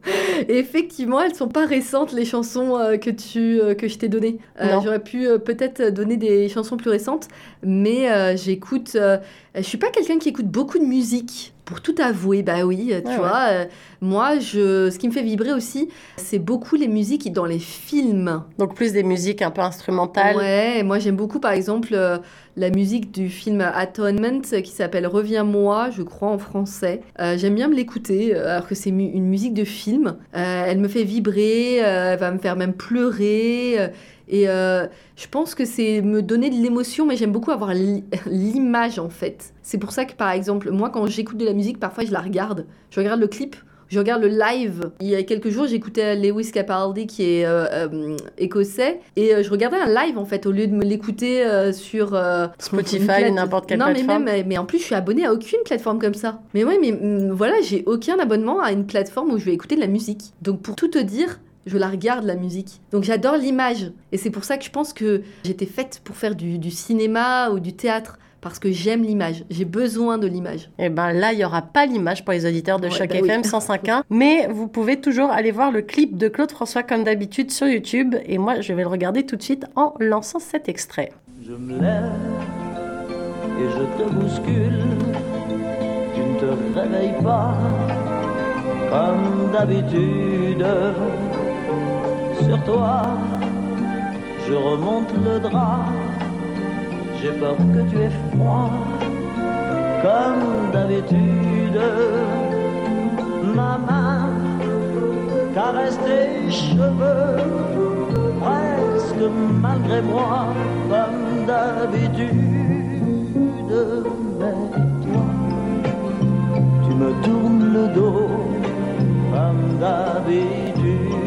Et effectivement, elles sont pas récentes, les chansons euh, que, tu, euh, que je t'ai données. Euh, j'aurais pu euh, peut-être donner des chansons plus récentes, mais euh, j'écoute... Euh, je suis pas quelqu'un qui écoute beaucoup de musique, pour tout avouer, bah oui, tu ouais, vois. Ouais. Euh, moi, je, ce qui me fait vibrer aussi, c'est beaucoup les musiques dans les films. Donc plus des musiques un peu instrumentales. Ouais, moi j'aime beaucoup par exemple euh, la musique du film Atonement qui s'appelle Reviens-moi, je crois en français. Euh, j'aime bien me l'écouter, alors que c'est mu- une musique de film. Euh, elle me fait vibrer, euh, elle va me faire même pleurer. Euh, Et euh, je pense que c'est me donner de l'émotion, mais j'aime beaucoup avoir l'image, en fait. C'est pour ça que, par exemple, moi, quand j'écoute de la musique, parfois, je la regarde. Je regarde le clip, je regarde le live. Il y a quelques jours, j'écoutais Lewis Capaldi, qui est euh, euh, écossais, et euh, je regardais un live, en fait, au lieu de me l'écouter euh, sur... Euh, Spotify, n'importe quelle non, plateforme. Non, mais, mais en plus, je suis abonnée à aucune plateforme comme ça. Mais ouais, mais mm, voilà, j'ai aucun abonnement à une plateforme où je vais écouter de la musique. Donc, pour tout te dire... je la regarde, la musique. Donc j'adore l'image. Et c'est pour ça que je pense que j'étais faite pour faire du, du cinéma ou du théâtre. parce que j'aime l'image. J'ai besoin de l'image. Et ben là, il n'y aura pas l'image pour les auditeurs de Ouais, Choc bah F M oui. cent cinq point un, mais vous pouvez toujours aller voir le clip de Claude François comme d'habitude sur YouTube. Et moi, je vais le regarder tout de suite en lançant cet extrait. Je me lève et je te bouscule. Tu ne te réveilles pas comme d'habitude. Sur toi, je remonte le drap. J'ai peur que tu aies froid comme d'habitude. Ma main caresse tes cheveux presque malgré moi comme d'habitude. Mais toi, tu me tournes le dos comme d'habitude.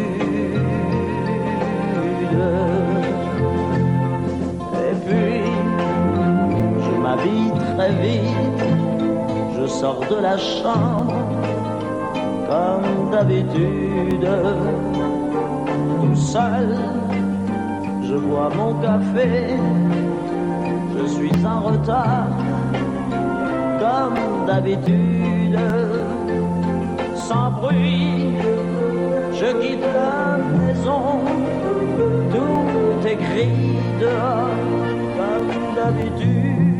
Et puis, je m'habille très vite, je sors de la chambre comme d'habitude. Tout seul, je bois mon café, je suis en retard comme d'habitude. Sans bruit, je quitte la maison, tout est gris dehors comme d'habitude.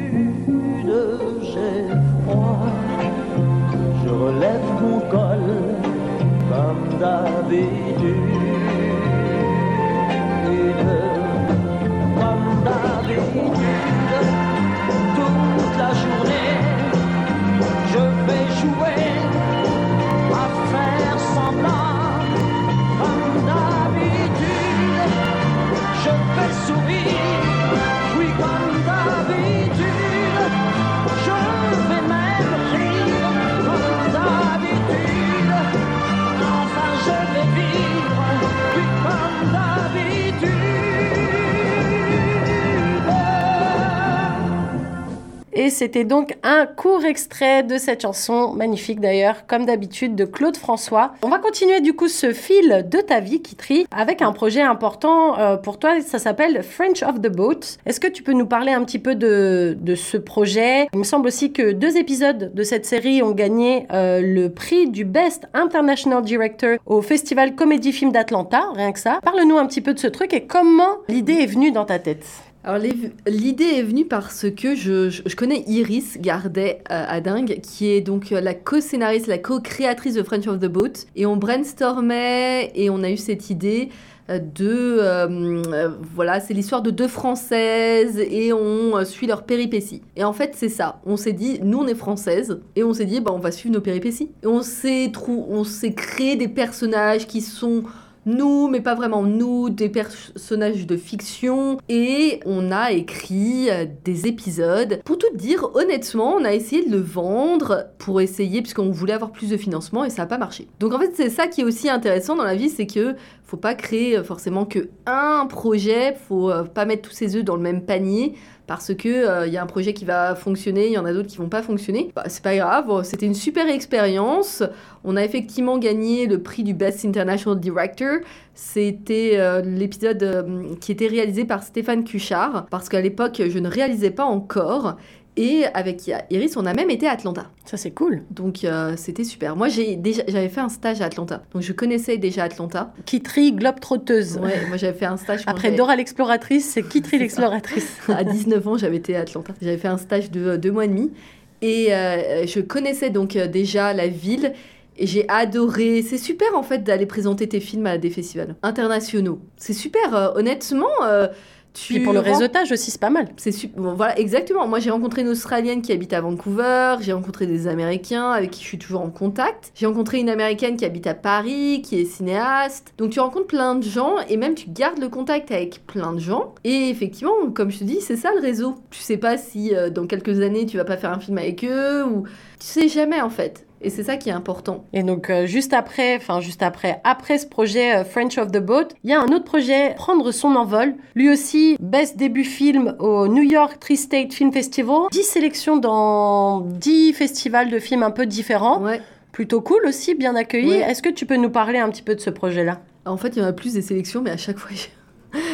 J'ai froid, je relève mon col comme d'habitude. Comme d'habitude, toute la journée, je vais jouer à faire semblant. Comme d'habitude, je vais sourire, oui comme d'habitude, je vais même rire comme d'habitude. Enfin je vais vivre, oui comme d'habitude. Et c'était donc un court extrait de cette chanson, magnifique d'ailleurs, comme d'habitude, de Claude François. On va continuer du coup ce fil de ta vie, Kitri, avec un projet important euh, pour toi, ça s'appelle French of the Boat. Est-ce que tu peux nous parler un petit peu de, de ce projet? Il me semble aussi que deux épisodes de cette série ont gagné euh, le prix du Best International Director au Festival Comédie Film d'Atlanta, rien que ça. Parle-nous un petit peu de ce truc et comment l'idée est venue dans ta tête. Alors les- l'idée est venue parce que je, je, je connais Iris Gardet euh, à Dingue, qui est donc euh, la co-scénariste, la co-créatrice de French of the Boat. Et on brainstormait et on a eu cette idée euh, de... euh, euh, voilà, c'est l'histoire de deux Françaises et on euh, suit leurs péripéties. Et en fait, c'est ça. On s'est dit, nous on est Françaises, et on s'est dit, bah, on va suivre nos péripéties. Et on s'est, trou- on s'est créé des personnages qui sont... nous, mais pas vraiment nous, des personnages de fiction. Et on a écrit euh, des épisodes. Pour tout dire, honnêtement, on a essayé de le vendre pour essayer, puisqu'on voulait avoir plus de financement et ça n'a pas marché. Donc en fait, c'est ça qui est aussi intéressant dans la vie, c'est que faut pas créer euh, forcément que un projet, faut euh, pas mettre tous ses œufs dans le même panier. Parce que il euh, y a un projet qui va fonctionner, il y en a d'autres qui vont pas fonctionner. Bah, c'est pas grave, c'était une super expérience. On a effectivement gagné le prix du Best International Director. C'était euh, l'épisode euh, qui était réalisé par Stéphane Cuchard, parce qu'à l'époque, je ne réalisais pas encore. Et avec Iris, on a même été à Atlanta. Ça, c'est cool. Donc, euh, c'était super. Moi, j'ai déjà, j'avais fait un stage à Atlanta. Donc, je connaissais déjà Atlanta. Kitri globe-trotteuse. Ouais, moi, j'avais fait un stage... quand Après j'avais- Dora l'exploratrice, c'est Kitri C'est ça. l'exploratrice. À dix-neuf ans, j'avais été à Atlanta. J'avais fait un stage de euh, deux mois et demi. Et euh, je connaissais donc euh, déjà la ville. Et j'ai adoré. C'est super, en fait, d'aller présenter tes films à des festivals internationaux. C'est super, euh, honnêtement. Euh, tu Puis pour le rends- réseautage aussi, c'est pas mal. C'est super. Bon, voilà, exactement. Moi, j'ai rencontré une Australienne qui habite à Vancouver. J'ai rencontré des Américains avec qui je suis toujours en contact. J'ai rencontré une Américaine qui habite à Paris, qui est cinéaste. Donc, tu rencontres plein de gens et même tu gardes le contact avec plein de gens. Et effectivement, comme je te dis, c'est ça le réseau. Tu sais pas si euh, dans quelques années, tu vas pas faire un film avec eux ou... Tu sais jamais, en fait. Et c'est ça qui est important. Et donc, euh, juste après, enfin, juste après, après ce projet euh, French of the Boat, il y a un autre projet, Prendre son envol. Lui aussi, best début film au New York Tri-State Film Festival. dix sélections dans dix festivals de films un peu différents. Ouais. Plutôt cool aussi, bien accueilli. Ouais. Est-ce que tu peux nous parler un petit peu de ce projet-là? En fait, il y en a plus des sélections, mais à chaque fois, je-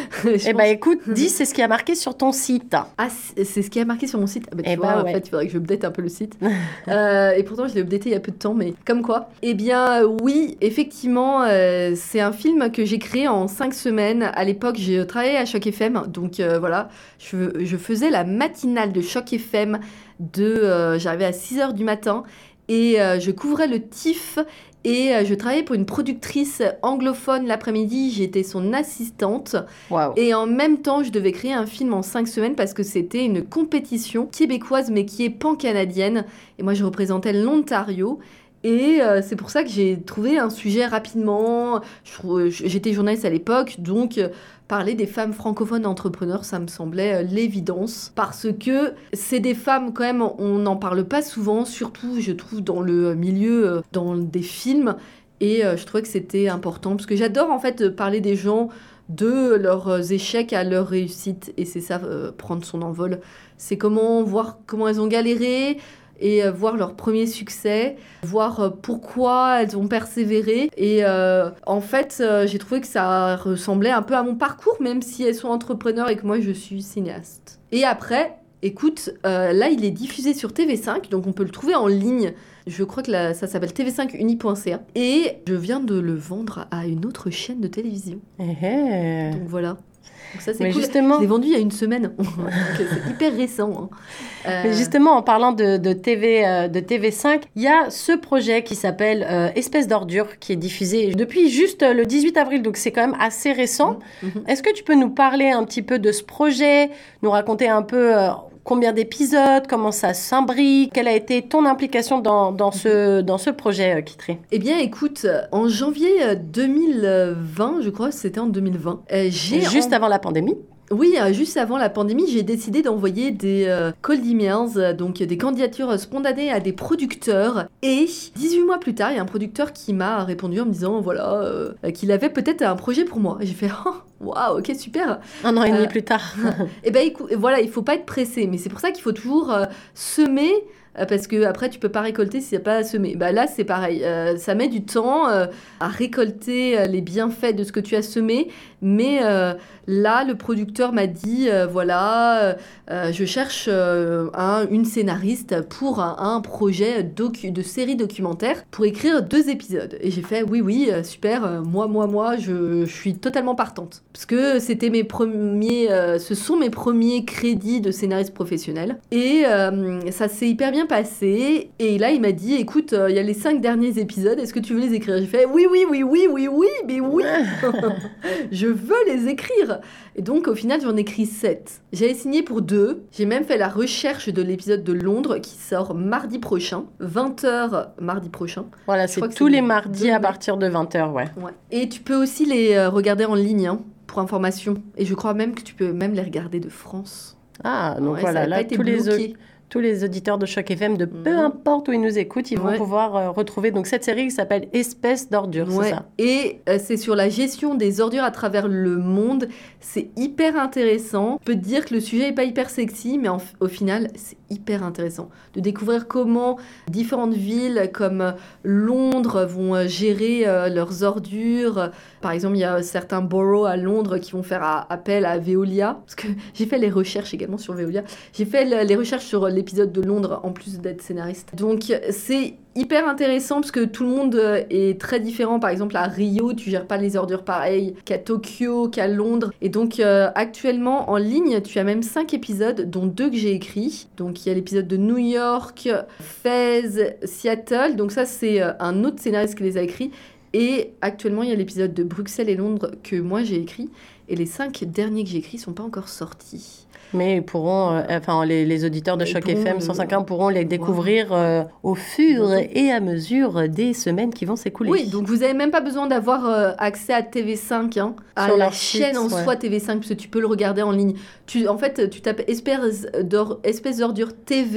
Eh bah écoute, dis, c'est ce qui a marqué sur ton site. Ah, c'est c'est ce qui a marqué sur mon site. Ah bah, tu Eh vois, bah en ouais. fait, il faudrait que je update un peu le site. Euh, et pourtant, je l'ai updaté il y a peu de temps, mais comme quoi. Eh bien, euh, oui, effectivement, euh, c'est un film que j'ai créé en cinq semaines. À l'époque, j'ai travaillé à Choc F M, donc euh, voilà, je, je faisais la matinale de Choc F M. De, euh, j'arrivais à six heures du matin et euh, je couvrais le T I F. Et euh, je travaillais pour une productrice anglophone l'après-midi, j'étais son assistante. Waouh. Et en même temps, je devais créer un film en cinq semaines parce que c'était une compétition québécoise mais qui est pan-canadienne. Et moi, je représentais l'Ontario. Et euh, c'est pour ça que j'ai trouvé un sujet rapidement. Je, j'étais journaliste à l'époque, donc euh, parler des femmes francophones entrepreneurs, ça me semblait euh, l'évidence. Parce que c'est des femmes, quand même, on n'en parle pas souvent, surtout, je trouve, dans le milieu, euh, dans des films. Et euh, je trouvais que c'était important, parce que j'adore, en fait, parler des gens, de leurs échecs à leur réussite. Et c'est ça, euh, prendre son envol. C'est comment voir comment elles ont galéré, et euh, voir leur premier succès, voir euh, pourquoi elles ont persévéré. Et euh, en fait, euh, j'ai trouvé que ça ressemblait un peu à mon parcours, même si elles sont entrepreneurs et que moi, je suis cinéaste. Et après, écoute, euh, là, il est diffusé sur T V cinq, donc on peut le trouver en ligne. Je crois que la, ça s'appelle T V cinq uni point C A. Et je viens de le vendre à une autre chaîne de télévision. Eh eh. Donc voilà. Donc ça, c'est Mais cool. justement- Je l'ai vendu il y a une semaine. Donc c'est hyper récent. Hein. Euh, Mais justement, en parlant de, de, T V, euh, de T V cinq, il y a ce projet qui s'appelle euh, Espèce d'ordure, qui est diffusé depuis juste euh, le dix-huit avril, donc c'est quand même assez récent. mhm. Est-ce que tu peux nous parler un petit peu de ce projet, nous raconter un peu euh, combien d'épisodes, comment ça s'imbrique, quelle a été ton implication dans, dans, ce, dans ce projet, euh, Kitri? Eh bien, écoute, en janvier euh, deux mille vingt, je crois, c'était en deux mille vingt, euh, j'ai Juste en- avant la pandémie. Oui, euh, juste avant la pandémie, j'ai décidé d'envoyer des euh, cold emails, euh, donc des candidatures spontanées à des producteurs. Et dix-huit mois plus tard, il y a un producteur qui m'a répondu en me disant, voilà, euh, qu'il avait peut-être un projet pour moi. Et j'ai fait, oh, waouh, ok, super. Un an et demi Euh, plus tard. Eh ben, écoute, voilà, il faut pas être pressé, mais c'est pour ça qu'il faut toujours euh, semer. euh, Parce que après tu peux pas récolter s'il n'y a pas à semer. Bah là c'est pareil, euh, ça met du temps euh, à récolter euh, les bienfaits de ce que tu as semé, mais euh, là le producteur m'a dit euh, voilà, euh, euh, je cherche euh, un, une scénariste pour un, un projet docu- de série documentaire pour écrire deux épisodes. Et j'ai fait oui oui euh, super, euh, moi moi moi je, je suis totalement partante parce que c'était mes premiers, euh, ce sont mes premiers crédits de scénariste professionnel et euh, ça s'est hyper bien passé. Et là il m'a dit écoute, il euh, y a les cinq derniers épisodes, est-ce que tu veux les écrire? J'ai fait oui oui oui oui oui oui mais oui je veux les écrire. Et donc au final j'en ai écrit sept. J'avais signé pour deux. J'ai même fait la recherche de l'épisode de Londres qui sort mardi prochain, vingt heures mardi prochain. Voilà, Je c'est crois que tous c'est les le mardis deux à mai. partir de vingt heures, ouais. Ouais. Et tu peux aussi les euh, regarder en ligne hein, pour information. Et je crois même que tu peux même les regarder de France. Ah, donc Ouais, ça voilà, n'a pas là, été tous les, bloqué. tous les auditeurs de Choc F M, de peu Mhm. importe où ils nous écoutent, ils vont Ouais. pouvoir euh, retrouver donc, cette série qui s'appelle Espèce d'ordure, Ouais. c'est ça? Et euh, c'est sur la gestion des ordures à travers le monde. C'est hyper intéressant. Je peux te dire que le sujet n'est pas hyper sexy, mais en f- au final, c'est hyper intéressant de découvrir comment différentes villes comme euh, Londres vont euh, gérer euh, leurs ordures. Par exemple, il y a certains boroughs à Londres qui vont faire a- appel à Veolia. Parce que j'ai fait les recherches également sur Veolia. J'ai fait le- les recherches sur l'épisode de Londres en plus d'être scénariste. Donc c'est hyper intéressant parce que tout le monde euh, est très différent. Par exemple, à Rio, tu gères pas les ordures pareilles qu'à Tokyo, qu'à Londres. Et donc, euh, actuellement, en ligne, tu as même cinq épisodes, dont deux que j'ai écrits. Donc, il y a l'épisode de New York, Fez, Seattle. Donc, ça, c'est euh, un autre scénariste qui les a écrits. Et actuellement, il y a l'épisode de Bruxelles et Londres que moi, j'ai écrit. Et les cinq derniers que j'ai écrits sont pas encore sortis. Mais ils pourront, euh, enfin, les, les auditeurs de Ils Choc pourront, F M euh, cent cinq un pourront les découvrir euh, au fur et à mesure des semaines qui vont s'écouler. Oui, donc vous n'avez même pas besoin d'avoir euh, accès à T V cinq, hein, à Sur la leur site, chaîne en ouais. soi T V cinq, parce que tu peux le regarder en ligne. Tu, en fait, tu tapes espèce d'or- espèce d'ordure T V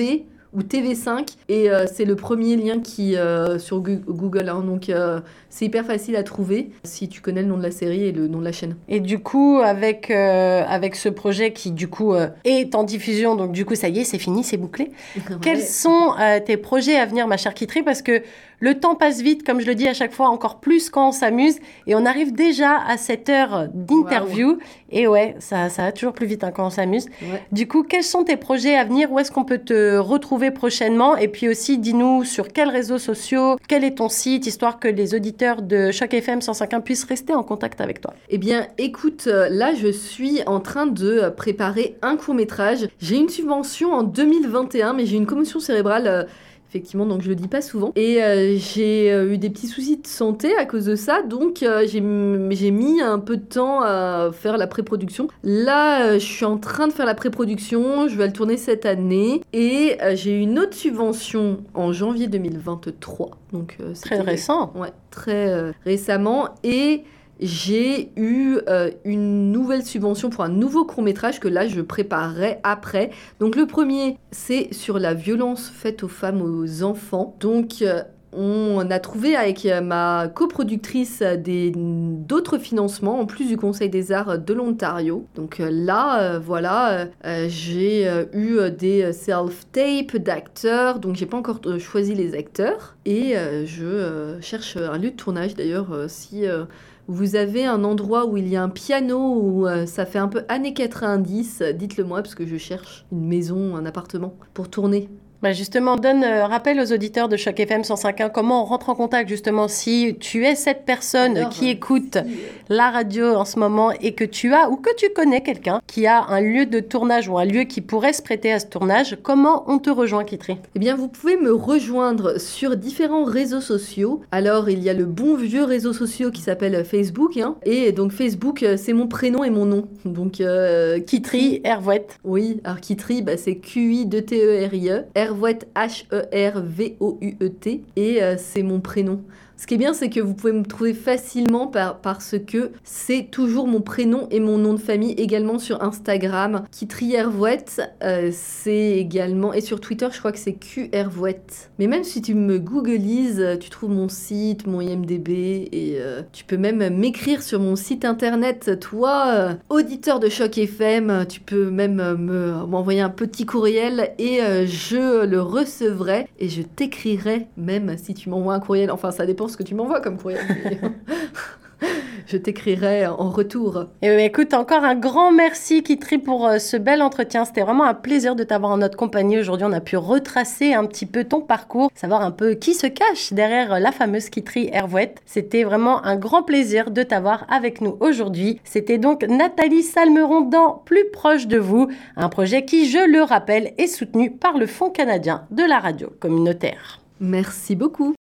ou T V cinq. Et euh, c'est le premier lien qui euh, sur Gu- Google. Hein, donc euh, c'est hyper facile à trouver si tu connais le nom de la série et le nom de la chaîne. Et du coup, avec, euh, avec ce projet qui, du coup, euh, est en diffusion, donc du coup, ça y est, c'est fini, c'est bouclé. Ouais. Quels sont euh, tes projets à venir, ma chère Kitry? Parce que le temps passe vite, comme je le dis à chaque fois, encore plus quand on s'amuse. Et on arrive déjà à cette heure d'interview. Wow. Et ouais, ça, ça va toujours plus vite hein, quand on s'amuse. Ouais. Du coup, quels sont tes projets à venir? Où est-ce qu'on peut te retrouver prochainement? Et puis aussi, dis-nous sur quels réseaux sociaux, quel est ton site, histoire que les auditeurs de Choc F M cent cinq point un puissent rester en contact avec toi. Eh bien, écoute, là, je suis en train de préparer un court-métrage. J'ai une subvention en deux mille vingt et un, mais j'ai une commotion cérébrale... Euh, Effectivement, donc je le dis pas souvent. Et euh, j'ai euh, eu des petits soucis de santé à cause de ça, donc euh, j'ai, j'ai mis un peu de temps à faire la pré-production. Là, euh, je suis en train de faire la pré-production, je vais le tourner cette année. Et euh, j'ai eu une autre subvention en janvier deux mille vingt-trois. Donc, euh, très récent. Ouais, très euh, récemment. Et... j'ai eu euh, une nouvelle subvention pour un nouveau court-métrage que là, je préparerai après. Donc, le premier, c'est sur la violence faite aux femmes, aux enfants. Donc, euh, on a trouvé avec ma coproductrice des, d'autres financements, en plus du Conseil des Arts de l'Ontario. Donc euh, là, euh, voilà, euh, j'ai euh, eu des self-tapes d'acteurs. Donc, j'ai pas encore euh, choisi les acteurs. Et euh, je euh, cherche un lieu de tournage, d'ailleurs, euh, si... Euh, vous avez un endroit où il y a un piano, où euh, ça fait un peu années quatre-vingt-dix, dites-le moi, parce que je cherche une maison, un appartement pour tourner. Bah justement, donne euh, rappel aux auditeurs de Choc F M cent cinq point un comment on rentre en contact justement si tu es cette personne Alors, qui écoute si... la radio en ce moment et que tu as ou que tu connais quelqu'un qui a un lieu de tournage ou un lieu qui pourrait se prêter à ce tournage, comment on te rejoint, Kitry? Eh bien, vous pouvez me rejoindre sur différents réseaux sociaux. Alors, il y a le bon vieux réseau social qui s'appelle Facebook, hein, et donc Facebook, c'est mon prénom et mon nom. Donc euh, Kitry Hervouette. Oui, alors Kitry, bah, c'est Q I D T E R I E. Hervouette, H E R V O U E T, et euh, c'est mon prénom. Ce qui est bien, c'est que vous pouvez me trouver facilement par, parce que c'est toujours mon prénom et mon nom de famille, également sur Instagram. Kitry Hervouette, euh, c'est également... Et sur Twitter, je crois que c'est Q Hervouette. Mais même si tu me googlises, tu trouves mon site, mon I M D B, et euh, tu peux même m'écrire sur mon site internet. Toi, euh, auditeur de Choc F M, tu peux même me, m'envoyer un petit courriel et euh, je le recevrai. Et je t'écrirai, même si tu m'envoies un courriel. Enfin, ça dépend ce que tu m'envoies comme courriel. Je t'écrirai en retour. Et bien, écoute, encore un grand merci, Kitry, pour euh, ce bel entretien. C'était vraiment un plaisir de t'avoir en notre compagnie. Aujourd'hui, on a pu retracer un petit peu ton parcours, savoir un peu qui se cache derrière la fameuse Kitry Hervouette. C'était vraiment un grand plaisir de t'avoir avec nous aujourd'hui. C'était donc Nathalie Salmeron dans Plus proche de vous, un projet qui, je le rappelle, est soutenu par le Fonds canadien de la radio communautaire. Merci beaucoup.